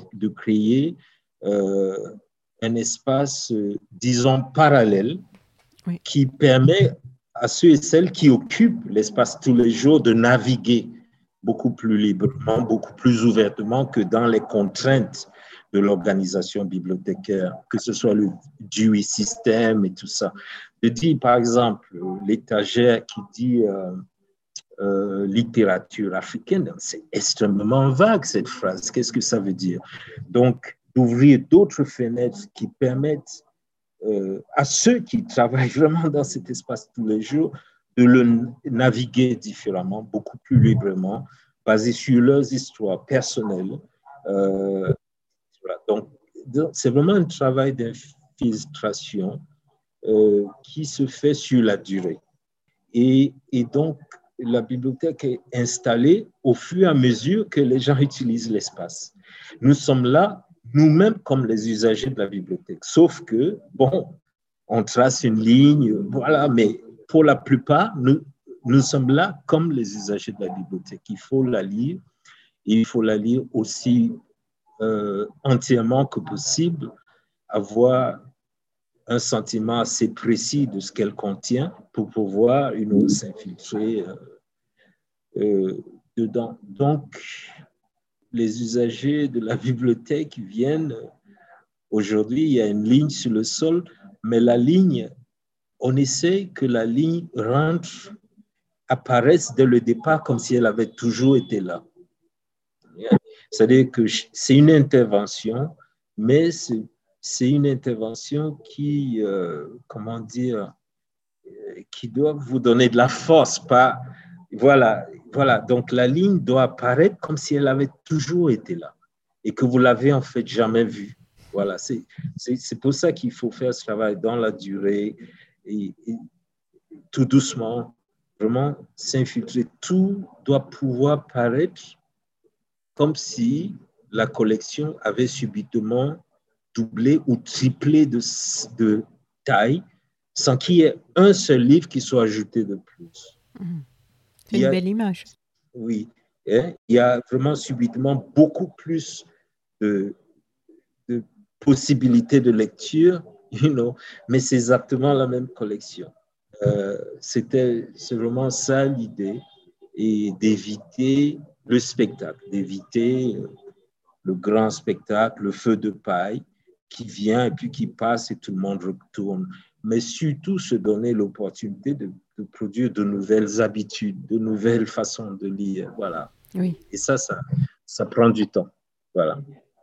créer un espace, disons, parallèle qui permet à ceux et celles qui occupent l'espace tous les jours de naviguer beaucoup plus librement, beaucoup plus ouvertement que dans les contraintes de l'organisation bibliothécaire, que ce soit le Dewey System et tout ça. De dire, par exemple, l'étagère qui dit littérature africaine, c'est extrêmement vague cette phrase. Qu'est-ce que ça veut dire? Donc, d'ouvrir d'autres fenêtres qui permettent à ceux qui travaillent vraiment dans cet espace tous les jours de le naviguer différemment, beaucoup plus librement, basé sur leurs histoires personnelles. Voilà. Donc, c'est vraiment un travail d'infiltration qui se fait sur la durée. Et donc, la bibliothèque est installée au fur et à mesure que les gens utilisent l'espace. Nous sommes là, nous-mêmes, comme les usagers de la bibliothèque. Sauf que, bon, on trace une ligne, voilà, mais pour la plupart, nous sommes là comme les usagers de la bibliothèque. Il faut la lire, et il faut la lire aussi entièrement que possible, avoir un sentiment assez précis de ce qu'elle contient pour pouvoir s'infiltrer dedans. Donc, les usagers de la bibliothèque viennent. Aujourd'hui, il y a une ligne sur le sol, mais la ligne, on essaie que la ligne apparaisse dès le départ comme si elle avait toujours été là. C'est-à-dire que c'est une intervention, mais c'est une intervention qui, qui doit vous donner de la force. Voilà. Donc, la ligne doit apparaître comme si elle avait toujours été là et que vous l'avez en fait jamais vue. Voilà, c'est pour ça qu'il faut faire ce travail dans la durée et tout doucement, vraiment s'infiltrer. Tout doit pouvoir paraître comme si la collection avait subitement doublé ou triplé de taille sans qu'il y ait un seul livre qui soit ajouté de plus. C'est une belle image. Oui, il y a vraiment subitement beaucoup plus de possibilités de lecture, mais c'est exactement la même collection. C'est vraiment ça l'idée, et d'éviter le spectacle, d'éviter le grand spectacle, le feu de paille qui vient et puis qui passe et tout le monde retourne. Mais surtout se donner l'opportunité de produire de nouvelles habitudes, de nouvelles façons de lire. Voilà. Oui. Et ça prend du temps. Voilà.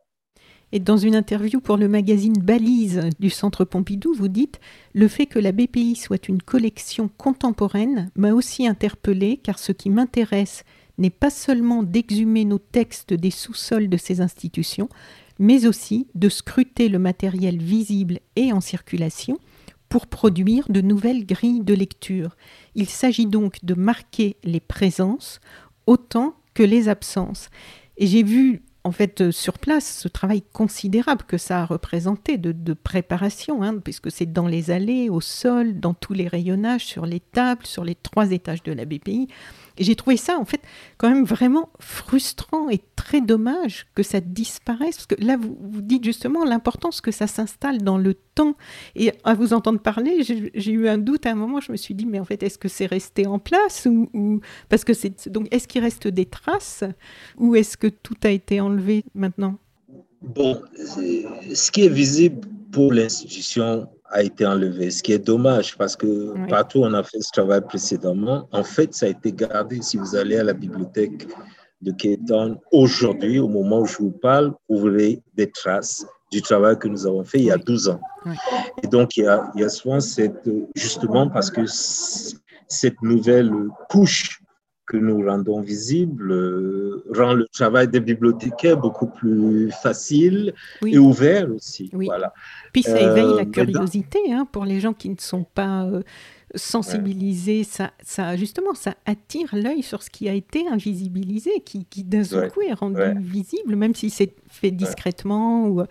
Et dans une interview pour le magazine Balise du Centre Pompidou, vous dites « Le fait que la BPI soit une collection contemporaine m'a aussi interpellée car ce qui m'intéresse n'est pas seulement d'exhumer nos textes des sous-sols de ces institutions, mais aussi de scruter le matériel visible et en circulation pour produire de nouvelles grilles de lecture. Il s'agit donc de marquer les présences autant que les absences. » Et j'ai vu en fait sur place ce travail considérable que ça a représenté de préparation, puisque c'est dans les allées, au sol, dans tous les rayonnages, sur les tables, sur les 3 étages de la BPI. Et j'ai trouvé ça, en fait, quand même vraiment frustrant et très dommage que ça disparaisse. Parce que là, vous dites justement l'importance que ça s'installe dans le temps. Et à vous entendre parler, j'ai eu un doute à un moment. Je me suis dit, mais en fait, est-ce que c'est resté en place ou parce que donc, est-ce qu'il reste des traces ou est-ce que tout a été enlevé maintenant? Bon, ce qui est visible pour l'institution a été enlevé, ce qui est dommage parce que partout où on a fait ce travail précédemment, en fait, ça a été gardé. Si vous allez à la bibliothèque de Cape Town aujourd'hui, au moment où je vous parle, vous verrez des traces du travail que nous avons fait il y a 12 ans. Et donc, il y a souvent justement parce que cette nouvelle couche que nous rendons visible rend le travail des bibliothécaires beaucoup plus facile et ouvert aussi. Oui. Voilà. Puis ça éveille la curiosité pour les gens qui ne sont pas sensibilisés. Ça, justement, ça attire l'œil sur ce qui a été invisibilisé, qui d'un seul coup est rendu visible, même si c'est fait discrètement.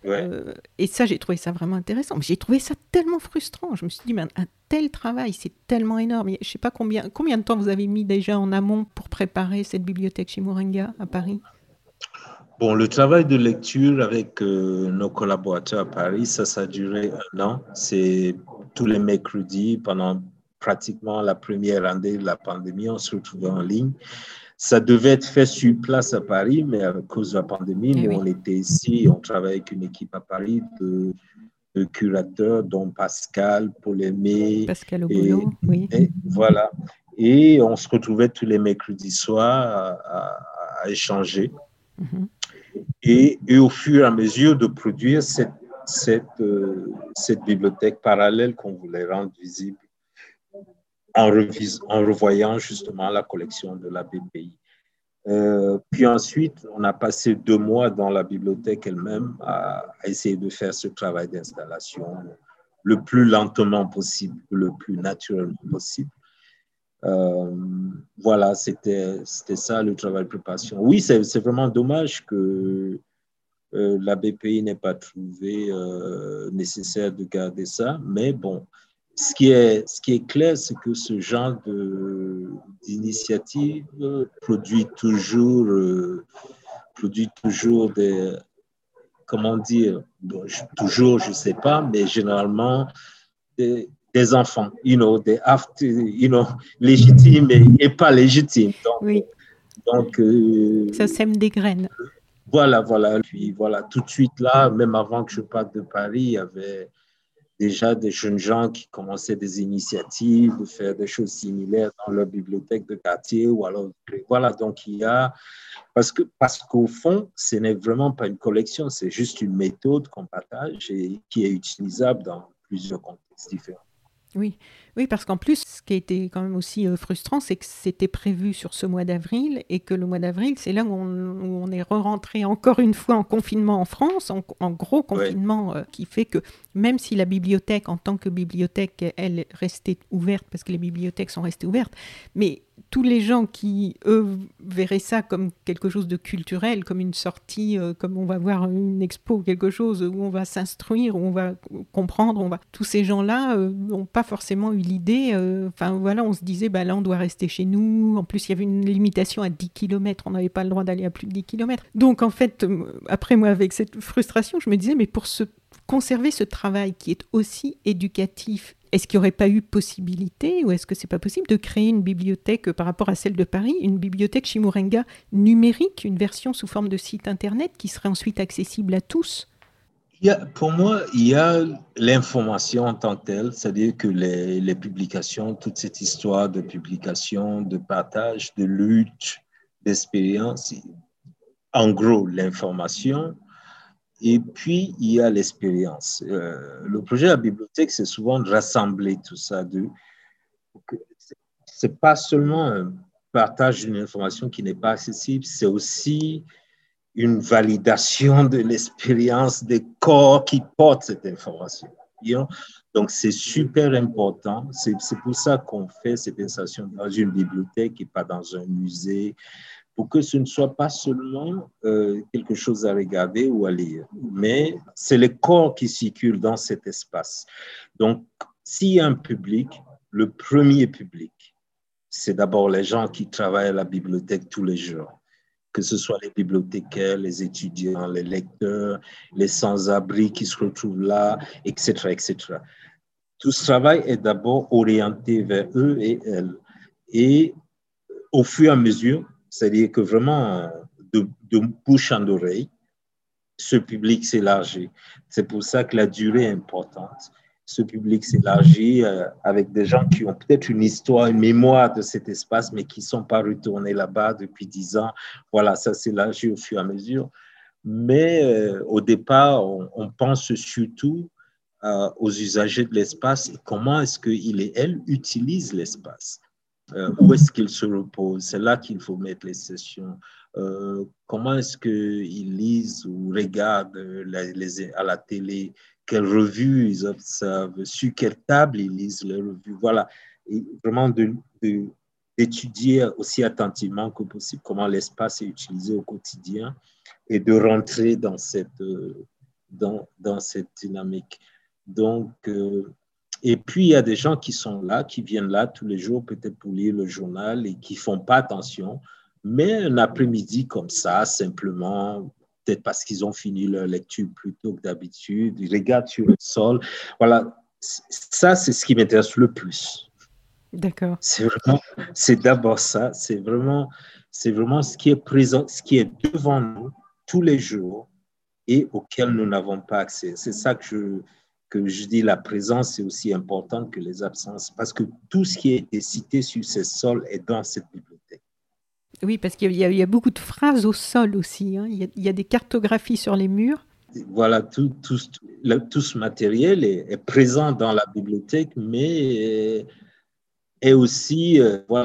Et ça, j'ai trouvé ça vraiment intéressant. Mais j'ai trouvé ça tellement frustrant. Je me suis dit, mais un tel travail, c'est tellement énorme. Je ne sais pas combien de temps vous avez mis déjà en amont pour préparer cette bibliothèque chez Moringa à Paris. Bon, le travail de lecture avec nos collaborateurs à Paris, ça a duré 1 an. C'est tous les mercredis pendant pratiquement la première année de la pandémie, on se retrouvait en ligne. Ça devait être fait sur place à Paris, mais à cause de la pandémie, on était ici, on travaillait avec une équipe à Paris de curateurs, dont Pascal Paulémé. Pascal Oboulot, et voilà. Et on se retrouvait tous les mercredis soirs à échanger. Mm-hmm. Et au fur et à mesure de produire cette bibliothèque parallèle qu'on voulait rendre visible en revoyant justement la collection de la BPI. Puis ensuite, on a passé 2 mois dans la bibliothèque elle-même à essayer de faire ce travail d'installation le plus lentement possible, le plus naturellement possible. Voilà, c'était ça le travail de préparation. Oui, c'est vraiment dommage que la BPI n'ait pas trouvé nécessaire de garder ça, mais bon, ce qui est clair, c'est que ce genre d'initiative produit toujours des, comment dire, bon, toujours, je ne sais pas, mais généralement des enfants, légitimes et pas légitimes. Donc, ça sème des graines. Voilà. Puis voilà, tout de suite là, même avant que je parte de Paris, il y avait déjà des jeunes gens qui commençaient des initiatives de faire des choses similaires dans leur bibliothèque de quartier ou alors, voilà, donc il y a, parce qu'au fond, ce n'est vraiment pas une collection, c'est juste une méthode qu'on partage et qui est utilisable dans plusieurs contextes différents. Oui, oui, parce qu'en plus, ce qui a été quand même aussi frustrant, c'est que c'était prévu sur ce mois d'avril et que le mois d'avril, c'est là où on est re-rentré encore une fois en confinement en France, en gros Ouais. confinement qui fait que même si la bibliothèque, en tant que bibliothèque, elle restait ouverte, parce que les bibliothèques sont restées ouvertes, mais tous les gens qui, eux, verraient ça comme quelque chose de culturel, comme une sortie, comme on va voir une expo, quelque chose où on va s'instruire, où on va comprendre, tous ces gens-là n'ont pas forcément eu l'idée, enfin voilà, on se disait, bah, là on doit rester chez nous, en plus il y avait une limitation à 10 kilomètres, on n'avait pas le droit d'aller à plus de 10 kilomètres. Donc en fait, après moi avec cette frustration, je me disais, mais pour conserver ce travail qui est aussi éducatif, est-ce qu'il n'y aurait pas eu possibilité, ou est-ce que c'est pas possible, de créer une bibliothèque par rapport à celle de Paris, une bibliothèque Chimurenga numérique, une version sous forme de site internet qui serait ensuite accessible à tous? Pour moi, il y a l'information en tant que telle, c'est-à-dire que les publications, toute cette histoire de publication, de partage, de lutte, d'expérience, en gros, l'information. Et puis, il y a l'expérience. Le projet de la bibliothèque, c'est souvent de rassembler tout ça. C'est pas seulement un partage d'une information qui n'est pas accessible, c'est aussi une validation de l'expérience des corps qui portent cette information. Donc, c'est super important. C'est pour ça qu'on fait cette installation dans une bibliothèque et pas dans un musée, pour que ce ne soit pas seulement quelque chose à regarder ou à lire, mais c'est les corps qui circulent dans cet espace. Donc, s'il y a un public, le premier public, c'est d'abord les gens qui travaillent à la bibliothèque tous les jours, que ce soit les bibliothécaires, les étudiants, les lecteurs, les sans-abri qui se retrouvent là, etc., etc. Tout ce travail est d'abord orienté vers eux et elles. Et au fur et à mesure, c'est-à-dire que vraiment, de bouche en oreille, ce public s'élargit. C'est pour ça que la durée est importante. Ce public s'élargit avec des gens qui ont peut-être une histoire, une mémoire de cet espace, mais qui ne sont pas retournés là-bas depuis 10 ans. Voilà, ça s'élargit au fur et à mesure. Mais au départ, on pense surtout aux usagers de l'espace et comment est-ce qu'ils et elles utilisent l'espace. Où est-ce qu'ils se reposent? C'est là qu'il faut mettre les sessions. Comment est-ce qu'ils lisent ou regardent à la télé? Quelles revues ils observent? Sur quelle table ils lisent les revues? Voilà. Et vraiment d'étudier aussi attentivement que possible comment l'espace est utilisé au quotidien et de rentrer dans cette dynamique. Donc, et puis, il y a des gens qui sont là, qui viennent là tous les jours, peut-être pour lire le journal et qui ne font pas attention. Mais un après-midi comme ça, simplement, peut-être parce qu'ils ont fini leur lecture plus tôt que d'habitude, ils regardent sur le sol. Voilà, ça, c'est ce qui m'intéresse le plus. D'accord. C'est d'abord ça, c'est vraiment ce qui est présent, ce qui est devant nous tous les jours et auquel nous n'avons pas accès. C'est ça que je dis, la présence est aussi importante que les absences, parce que tout ce qui a été cité sur ces sols est dans cette bibliothèque. Oui, parce qu'il y a beaucoup de phrases au sol aussi, hein. Il y a des cartographies sur les murs. Voilà, tout ce matériel est présent dans la bibliothèque, mais est aussi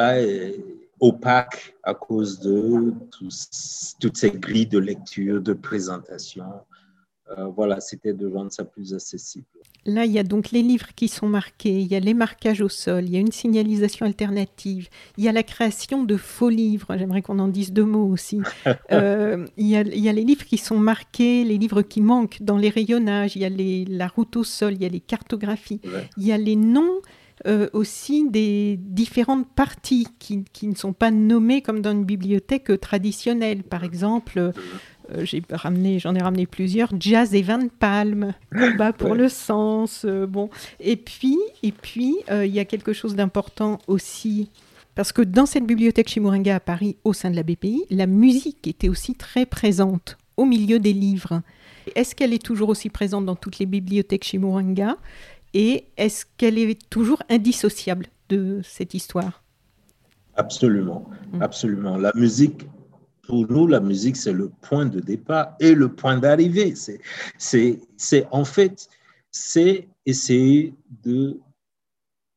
opaque à cause de toutes ces grilles de lecture, de présentation. Voilà, c'était de rendre ça plus accessible. Là, il y a donc les livres qui sont marqués, il y a les marquages au sol, il y a une signalisation alternative, il y a la création de faux livres, j'aimerais qu'on en dise 2 mots aussi. Il y a les livres qui sont marqués, les livres qui manquent dans les rayonnages, il y a la route au sol, il y a les cartographies, ouais. Il y a les noms aussi des différentes parties qui ne sont pas nommées comme dans une bibliothèque traditionnelle. Par exemple, j'en ai ramené plusieurs, Jazz et Van Palm, Combat pour le sens. Bon. Et puis, il y a quelque chose d'important aussi, parce que dans cette bibliothèque Chimurenga à Paris, au sein de la BPI, la musique était aussi très présente au milieu des livres. Est-ce qu'elle est toujours aussi présente dans toutes les bibliothèques Chimurenga ? Et est-ce qu'elle est toujours indissociable de cette histoire ? Absolument, absolument. La musique, pour nous, la musique, c'est le point de départ et le point d'arrivée. C'est essayer de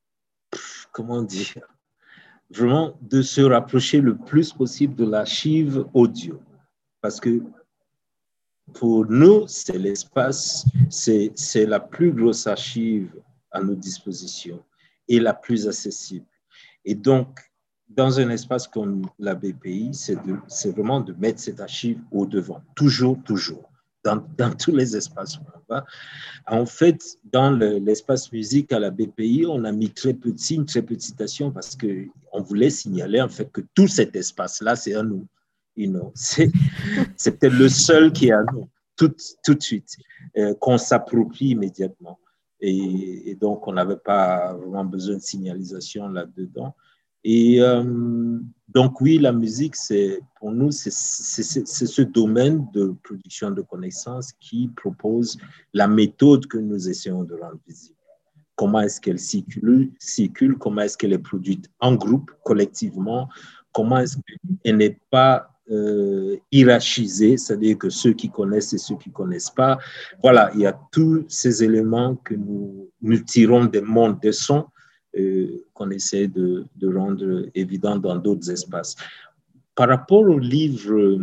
comment dire, vraiment de se rapprocher le plus possible de l'archive audio. Parce que pour nous, c'est l'espace, c'est la plus grosse archive à nos dispositions et la plus accessible. Et donc, dans un espace comme la BPI, c'est vraiment de mettre cette archive au devant, toujours, dans tous les espaces où on va. En fait, dans l'espace musique à la BPI, on a mis une très petite citation parce qu'on voulait signaler en fait que tout cet espace-là, c'est à nous. C'est peut-être le seul qui est à nous, tout de suite, qu'on s'approprie immédiatement. Et donc, on n'avait pas vraiment besoin de signalisation là-dedans. Et donc, oui, la musique, pour nous, c'est ce domaine de production de connaissances qui propose la méthode que nous essayons de rendre visible. Comment est-ce qu'elle circule, comment est-ce qu'elle est produite en groupe, collectivement, comment est-ce qu'elle n'est pas hiérarchisée, c'est-à-dire que ceux qui connaissent et ceux qui ne connaissent pas. Voilà, il y a tous ces éléments que nous tirons des mondes de sons qu'on essaie de rendre évident dans d'autres espaces. Par rapport aux livres,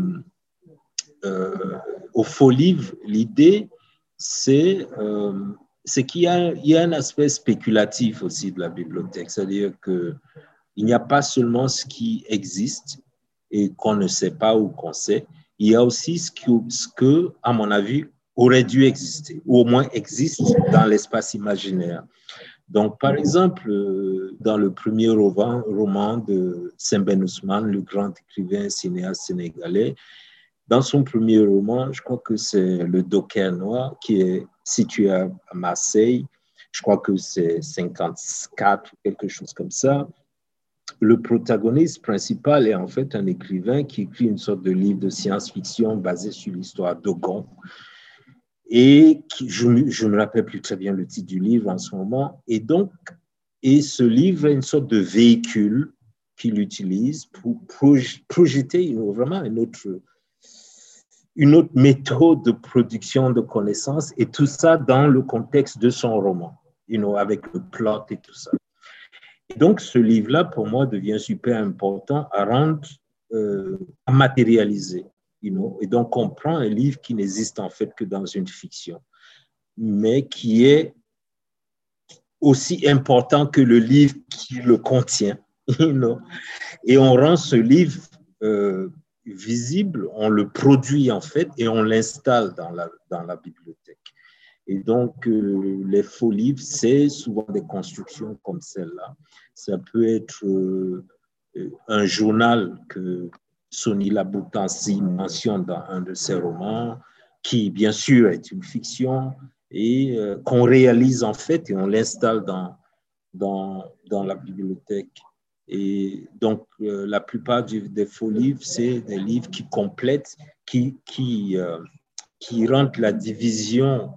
aux faux livres, l'idée, c'est qu'il y a un aspect spéculatif aussi de la bibliothèque, c'est-à-dire qu'il n'y a pas seulement ce qui existe et qu'on ne sait pas ou qu'on sait, il y a aussi ce que, à mon avis, aurait dû exister, ou au moins existe dans l'espace imaginaire. Donc, par exemple, dans le premier roman de Sembène Ousmane, le grand écrivain cinéaste sénégalais, dans son premier roman, je crois que c'est Le Docker Noir, qui est situé à Marseille, je crois que c'est 54 ou quelque chose comme ça. Le protagoniste principal est en fait un écrivain qui écrit une sorte de livre de science-fiction basé sur l'histoire d'Ogon. Et je ne me rappelle plus très bien le titre du livre en ce moment. Et ce livre est une sorte de véhicule qu'il utilise pour projeter vraiment une autre méthode de production de connaissances, et tout ça dans le contexte de son roman, avec le plot et tout ça. Et donc, ce livre-là, pour moi, devient super important à rendre, à matérialiser. Et donc, on prend un livre qui n'existe en fait que dans une fiction, mais qui est aussi important que le livre qui le contient. Et on rend ce livre visible, on le produit en fait et on l'installe dans la bibliothèque. Et donc, les faux livres, c'est souvent des constructions comme celle-là. Ça peut être un journal que Sonny Laboutansi mentionne dans un de ses romans, qui bien sûr est une fiction et qu'on réalise en fait et on l'installe dans la bibliothèque. Et donc, la plupart des faux livres, c'est des livres qui complètent, qui rendent la division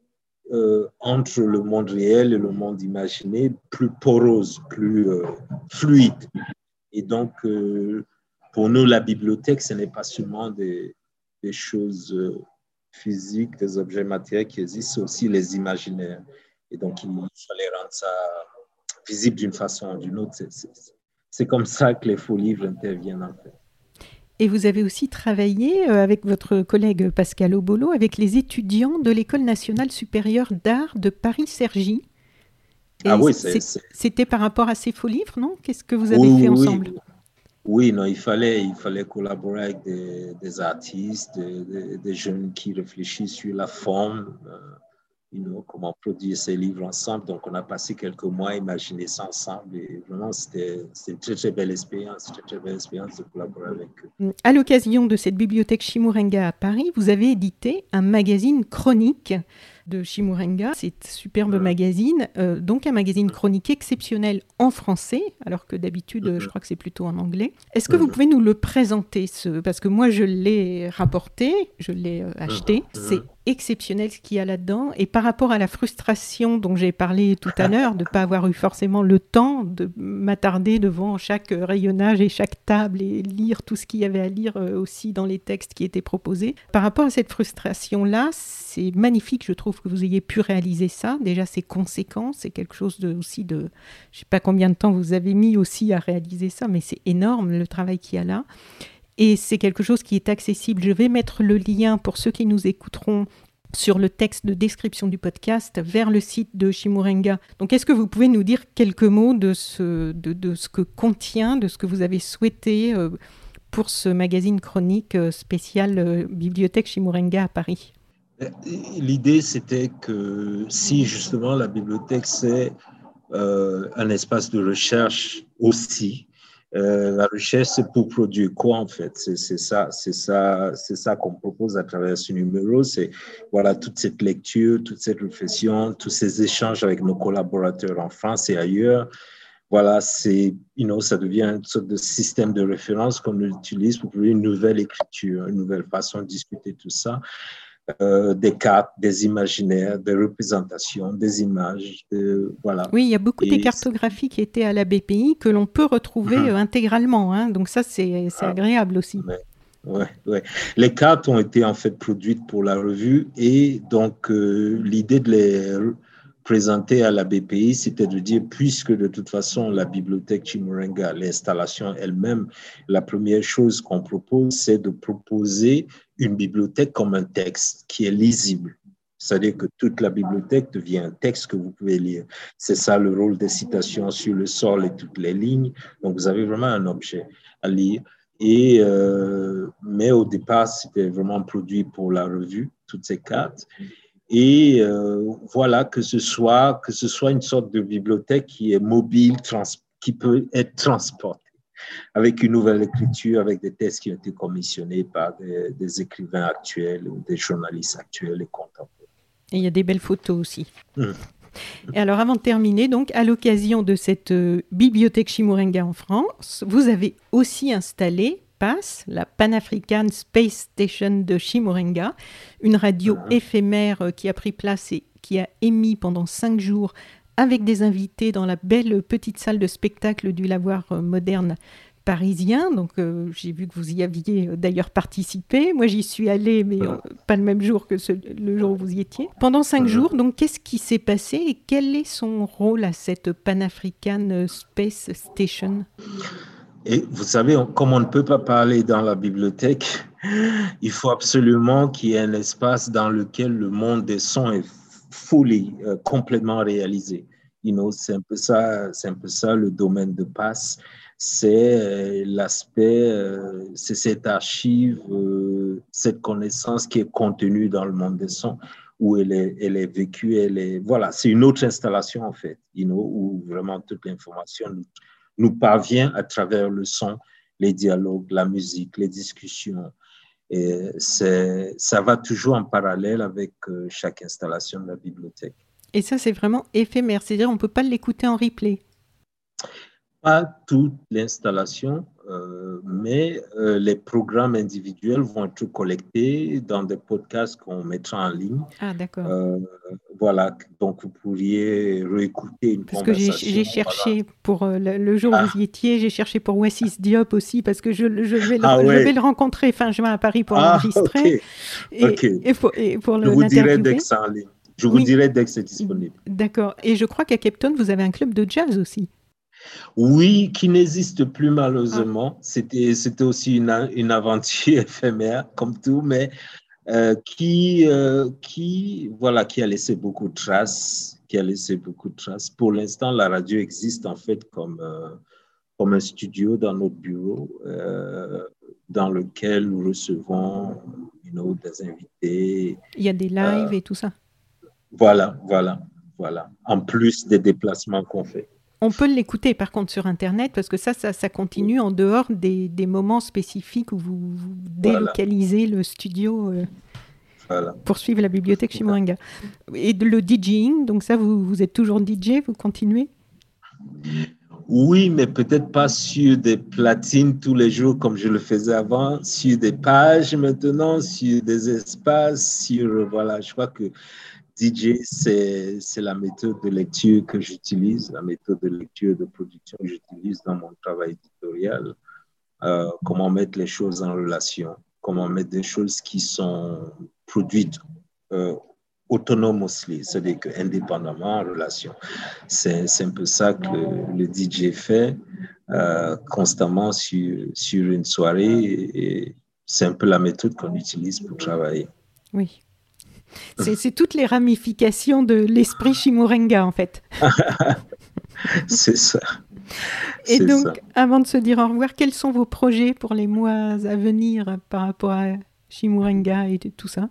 entre le monde réel et le monde imaginé plus porose, plus fluide. Et donc, pour nous, la bibliothèque, ce n'est pas seulement des choses physiques, des objets matériels qui existent, c'est aussi les imaginaires. Et donc, il fallait rendre ça visible d'une façon ou d'une autre. C'est comme ça que les faux livres interviennent, en fait. Et vous avez aussi travaillé avec votre collègue Pascal Obolo avec les étudiants de l'École nationale supérieure d'art de Paris-Cergy. Et oui, c'était par rapport à ces faux livres, non? Qu'est-ce que vous avez fait ensemble? Oui, non, il fallait collaborer avec des artistes, des jeunes qui réfléchissent sur la forme, comment produire ces livres ensemble. Donc, on a passé quelques mois à imaginer ça ensemble et vraiment, c'était une très, très belle expérience, de collaborer avec eux. À l'occasion de cette bibliothèque Chimurenga à Paris, vous avez édité un magazine chronique de Chimurenga, c'est superbe magazine, donc un magazine chronique exceptionnel en français, alors que d'habitude, je crois que c'est plutôt en anglais. Est-ce que vous pouvez nous le présenter, parce que moi, je l'ai rapporté, je l'ai acheté, c'est exceptionnel ce qu'il y a là-dedans, et par rapport à la frustration dont j'ai parlé tout à l'heure, de ne pas avoir eu forcément le temps de m'attarder devant chaque rayonnage et chaque table et lire tout ce qu'il y avait à lire aussi dans les textes qui étaient proposés, par rapport à cette frustration-là, c'est magnifique, je trouve, que vous ayez pu réaliser ça. Déjà, c'est conséquent, c'est quelque chose aussi de... Je ne sais pas combien de temps vous avez mis aussi à réaliser ça, mais c'est énorme le travail qu'il y a là. Et c'est quelque chose qui est accessible. Je vais mettre le lien pour ceux qui nous écouteront sur le texte de description du podcast vers le site de Chimurenga. Donc, est-ce que vous pouvez nous dire quelques mots de ce que contient, de ce que vous avez souhaité pour ce magazine chronique spécial Bibliothèque Chimurenga à Paris? L'idée, c'était que si justement la bibliothèque, c'est un espace de recherche aussi, la recherche, c'est pour produire quoi en fait? C'est ça qu'on propose à travers ce numéro. C'est voilà toute cette lecture, toute cette réflexion, tous ces échanges avec nos collaborateurs en France et ailleurs. Voilà, ça devient une sorte de système de référence qu'on utilise pour créer une nouvelle écriture, une nouvelle façon de discuter tout ça. Des cartes, des imaginaires, des représentations, des images. Voilà. Oui, il y a beaucoup des cartographies qui étaient à la BPI que l'on peut retrouver intégralement. Hein. Donc ça, c'est agréable aussi. Ouais. Les cartes ont été en fait produites pour la revue et donc l'idée de les présenter à la BPI, c'était de dire, puisque de toute façon, la bibliothèque Chimurenga, l'installation elle-même, la première chose qu'on propose, c'est de proposer une bibliothèque comme un texte qui est lisible. C'est-à-dire que toute la bibliothèque devient un texte que vous pouvez lire. C'est ça le rôle des citations sur le sol et toutes les lignes. Donc, vous avez vraiment un objet à lire. Mais au départ, c'était vraiment produit pour la revue, toutes ces cartes. Et voilà, que ce soit une sorte de bibliothèque qui est mobile, qui peut être transportée avec une nouvelle écriture, avec des textes qui ont été commissionnés par des écrivains actuels ou des journalistes actuels et contemporains. Et il y a des belles photos aussi. Et alors, avant de terminer, donc, à l'occasion de cette bibliothèque Chimurenga en France, vous avez aussi installé PASS, la Pan-African Space Station de Chimurenga, une radio éphémère qui a pris place et qui a émis pendant 5 jours avec des invités dans la belle petite salle de spectacle du lavoir moderne parisien. Donc, j'ai vu que vous y aviez d'ailleurs participé. Moi, j'y suis allée, mais pas le même jour que le jour où vous y étiez. Pendant 5 jours, donc, qu'est-ce qui s'est passé et quel est son rôle à cette Pan-African Space Station ? Et vous savez, comme on ne peut pas parler dans la bibliothèque, il faut absolument qu'il y ait un espace dans lequel le monde des sons est complètement réalisé. C'est un peu ça le domaine de PASS. C'est l'aspect, c'est cette archive, cette connaissance qui est contenue dans le monde des sons, où elle est vécue, voilà, c'est une autre installation en fait, où vraiment toute l'information nous parvient à travers le son, les dialogues, la musique, les discussions. Et ça va toujours en parallèle avec chaque installation de la bibliothèque. Et ça, c'est vraiment éphémère, c'est-à-dire on ne peut pas l'écouter en replay. Pas toute l'installation, mais les programmes individuels vont être collectés dans des podcasts qu'on mettra en ligne. Ah, d'accord. Voilà, donc vous pourriez réécouter une conversation. Parce que j'ai cherché pour le jour où vous y étiez, j'ai cherché pour Oasis Diop aussi, parce que je vais le rencontrer fin juin à Paris pour l'enregistrer. Et pour je vous dirai dès que c'est en ligne. Je vous dirai dès que c'est disponible. D'accord. Et je crois qu'à Cape Town, vous avez un club de jazz aussi. Oui, qui n'existe plus malheureusement. C'était aussi une aventure éphémère, comme tout, mais qui a laissé beaucoup de traces. Pour l'instant, la radio existe en fait comme un studio dans notre bureau, dans lequel nous recevons des invités. Il y a des lives et tout ça. Voilà. En plus des déplacements qu'on fait. On peut l'écouter par contre sur Internet parce que ça continue en dehors des moments spécifiques où vous délocalisez le studio pour suivre la bibliothèque Chimurenga. Et le DJing, donc ça, vous êtes toujours DJ, vous continuez ? Oui, mais peut-être pas sur des platines tous les jours comme je le faisais avant, sur des pages maintenant, sur des espaces, je crois que DJ, c'est la méthode de lecture que j'utilise, la méthode de lecture de production que j'utilise dans mon travail éditorial. Comment mettre les choses en relation, comment mettre des choses qui sont produites autonomously, c'est-à-dire indépendamment en relation. C'est un peu ça que le DJ fait constamment sur une soirée et c'est un peu la méthode qu'on utilise pour travailler. Oui. C'est toutes les ramifications de l'esprit Chimurenga, en fait. C'est ça. Et donc, avant de se dire au revoir, quels sont vos projets pour les mois à venir par rapport à Chimurenga et tout ça?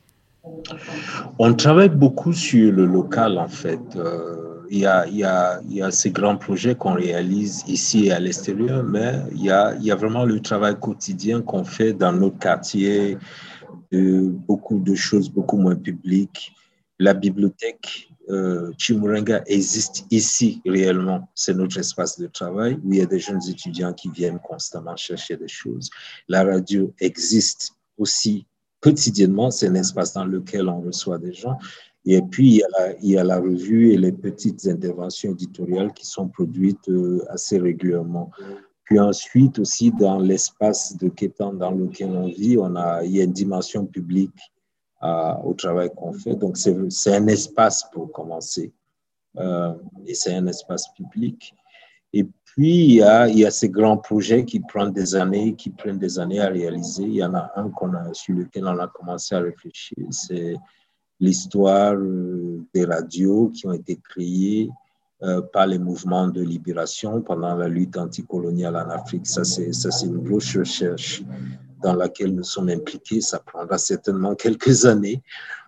On travaille beaucoup sur le local, en fait. Il y a ces grands projets qu'on réalise ici et à l'extérieur, mais il y a vraiment le travail quotidien qu'on fait dans notre quartier, beaucoup de choses beaucoup moins publiques. La bibliothèque Chimurenga existe ici réellement. C'est notre espace de travail où il y a des jeunes étudiants qui viennent constamment chercher des choses. La radio existe aussi quotidiennement. C'est un espace dans lequel on reçoit des gens. Et puis, il y a la revue et les petites interventions éditoriales qui sont produites assez régulièrement. Puis ensuite, aussi, dans l'espace de Kétan dans lequel on vit, il y a une dimension publique au travail qu'on fait. Donc, c'est un espace pour commencer. Et c'est un espace public. Et puis, il y a ces grands projets qui prennent des années à réaliser. Il y en a un sur lequel on a commencé à réfléchir. C'est l'histoire des radios qui ont été créées par les mouvements de libération pendant la lutte anticoloniale en Afrique. Ça, c'est une grosse recherche dans laquelle nous sommes impliqués. Ça prendra certainement quelques années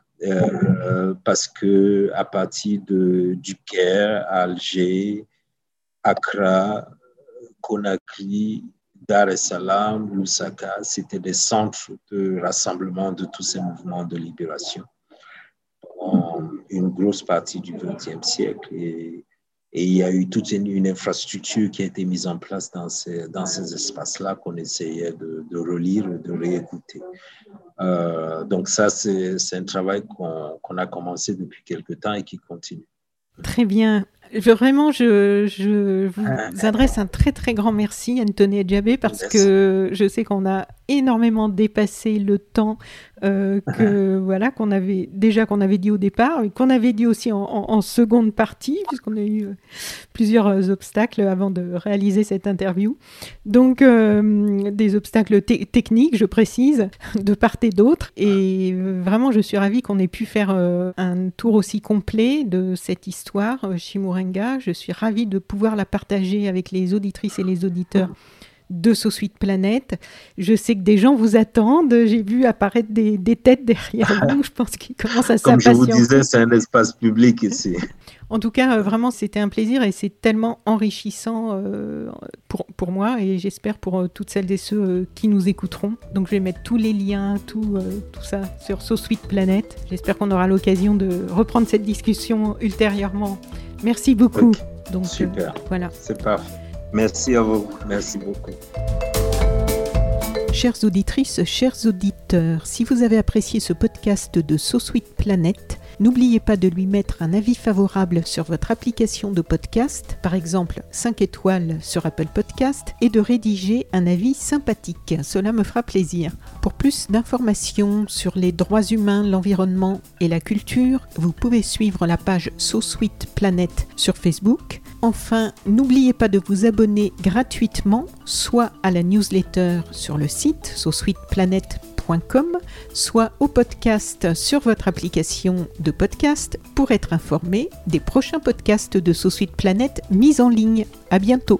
parce que à partir du Caire, Alger, Accra, Conakry, Dar es Salaam, Lusaka, c'était des centres de rassemblement de tous ces mouvements de libération pendant une grosse partie du XXe siècle. Et il y a eu toute une infrastructure qui a été mise en place dans ces espaces-là qu'on essayait de relire et de réécouter. Donc ça, c'est un travail qu'on a commencé depuis quelque temps et qui continue. Très bien. Je vous adresse un très très grand merci, Anthony Adjabé, parce que je sais qu'on a énormément dépassé le temps qu'on avait dit au départ et qu'on avait dit aussi en seconde partie, puisqu'on a eu plusieurs obstacles avant de réaliser cette interview. Donc des obstacles techniques, je précise, de part et d'autre. Et vraiment, je suis ravie qu'on ait pu faire un tour aussi complet de cette histoire Chimurenga. Je suis ravie de pouvoir la partager avec les auditrices et les auditeurs de So Sweet Planet. Je sais que des gens vous attendent. J'ai vu apparaître des têtes derrière vous. Je pense qu'ils commencent à s'impatienter. Comme je vous disais, c'est un espace public ici. En tout cas, vraiment, c'était un plaisir et c'est tellement enrichissant pour moi et j'espère pour toutes celles et ceux qui nous écouteront. Donc, je vais mettre tous les liens, tout ça sur So Sweet Planet. J'espère qu'on aura l'occasion de reprendre cette discussion ultérieurement. Merci beaucoup. Okay. Donc, super. Voilà. C'est parfait. Merci à vous. Merci beaucoup. Chères auditrices, chers auditeurs, si vous avez apprécié ce podcast de So Sweet Planet, n'oubliez pas de lui mettre un avis favorable sur votre application de podcast, par exemple 5 étoiles sur Apple Podcast, et de rédiger un avis sympathique. Cela me fera plaisir. Pour plus d'informations sur les droits humains, l'environnement et la culture, vous pouvez suivre la page So Sweet Planet sur Facebook. Enfin, n'oubliez pas de vous abonner gratuitement, soit à la newsletter sur le site sosweetplanet.com, soit au podcast sur votre application de podcast pour être informé des prochains podcasts de So Sweet Planet mis en ligne. À bientôt.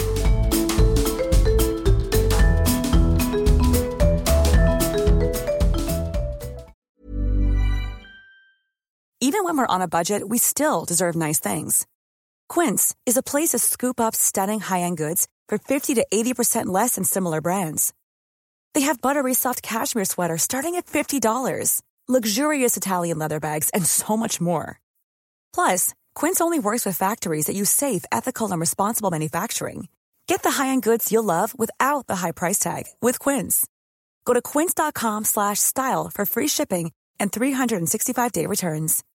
Even when we're on a budget, we still deserve nice things. Quince is a place to scoop up stunning high-end goods for 50 to 80% less than similar brands. They have buttery soft cashmere sweaters starting at $50, luxurious Italian leather bags, and so much more. Plus, Quince only works with factories that use safe, ethical, and responsible manufacturing. Get the high-end goods you'll love without the high price tag with Quince. Go to quince.com/style for free shipping and 365-day returns.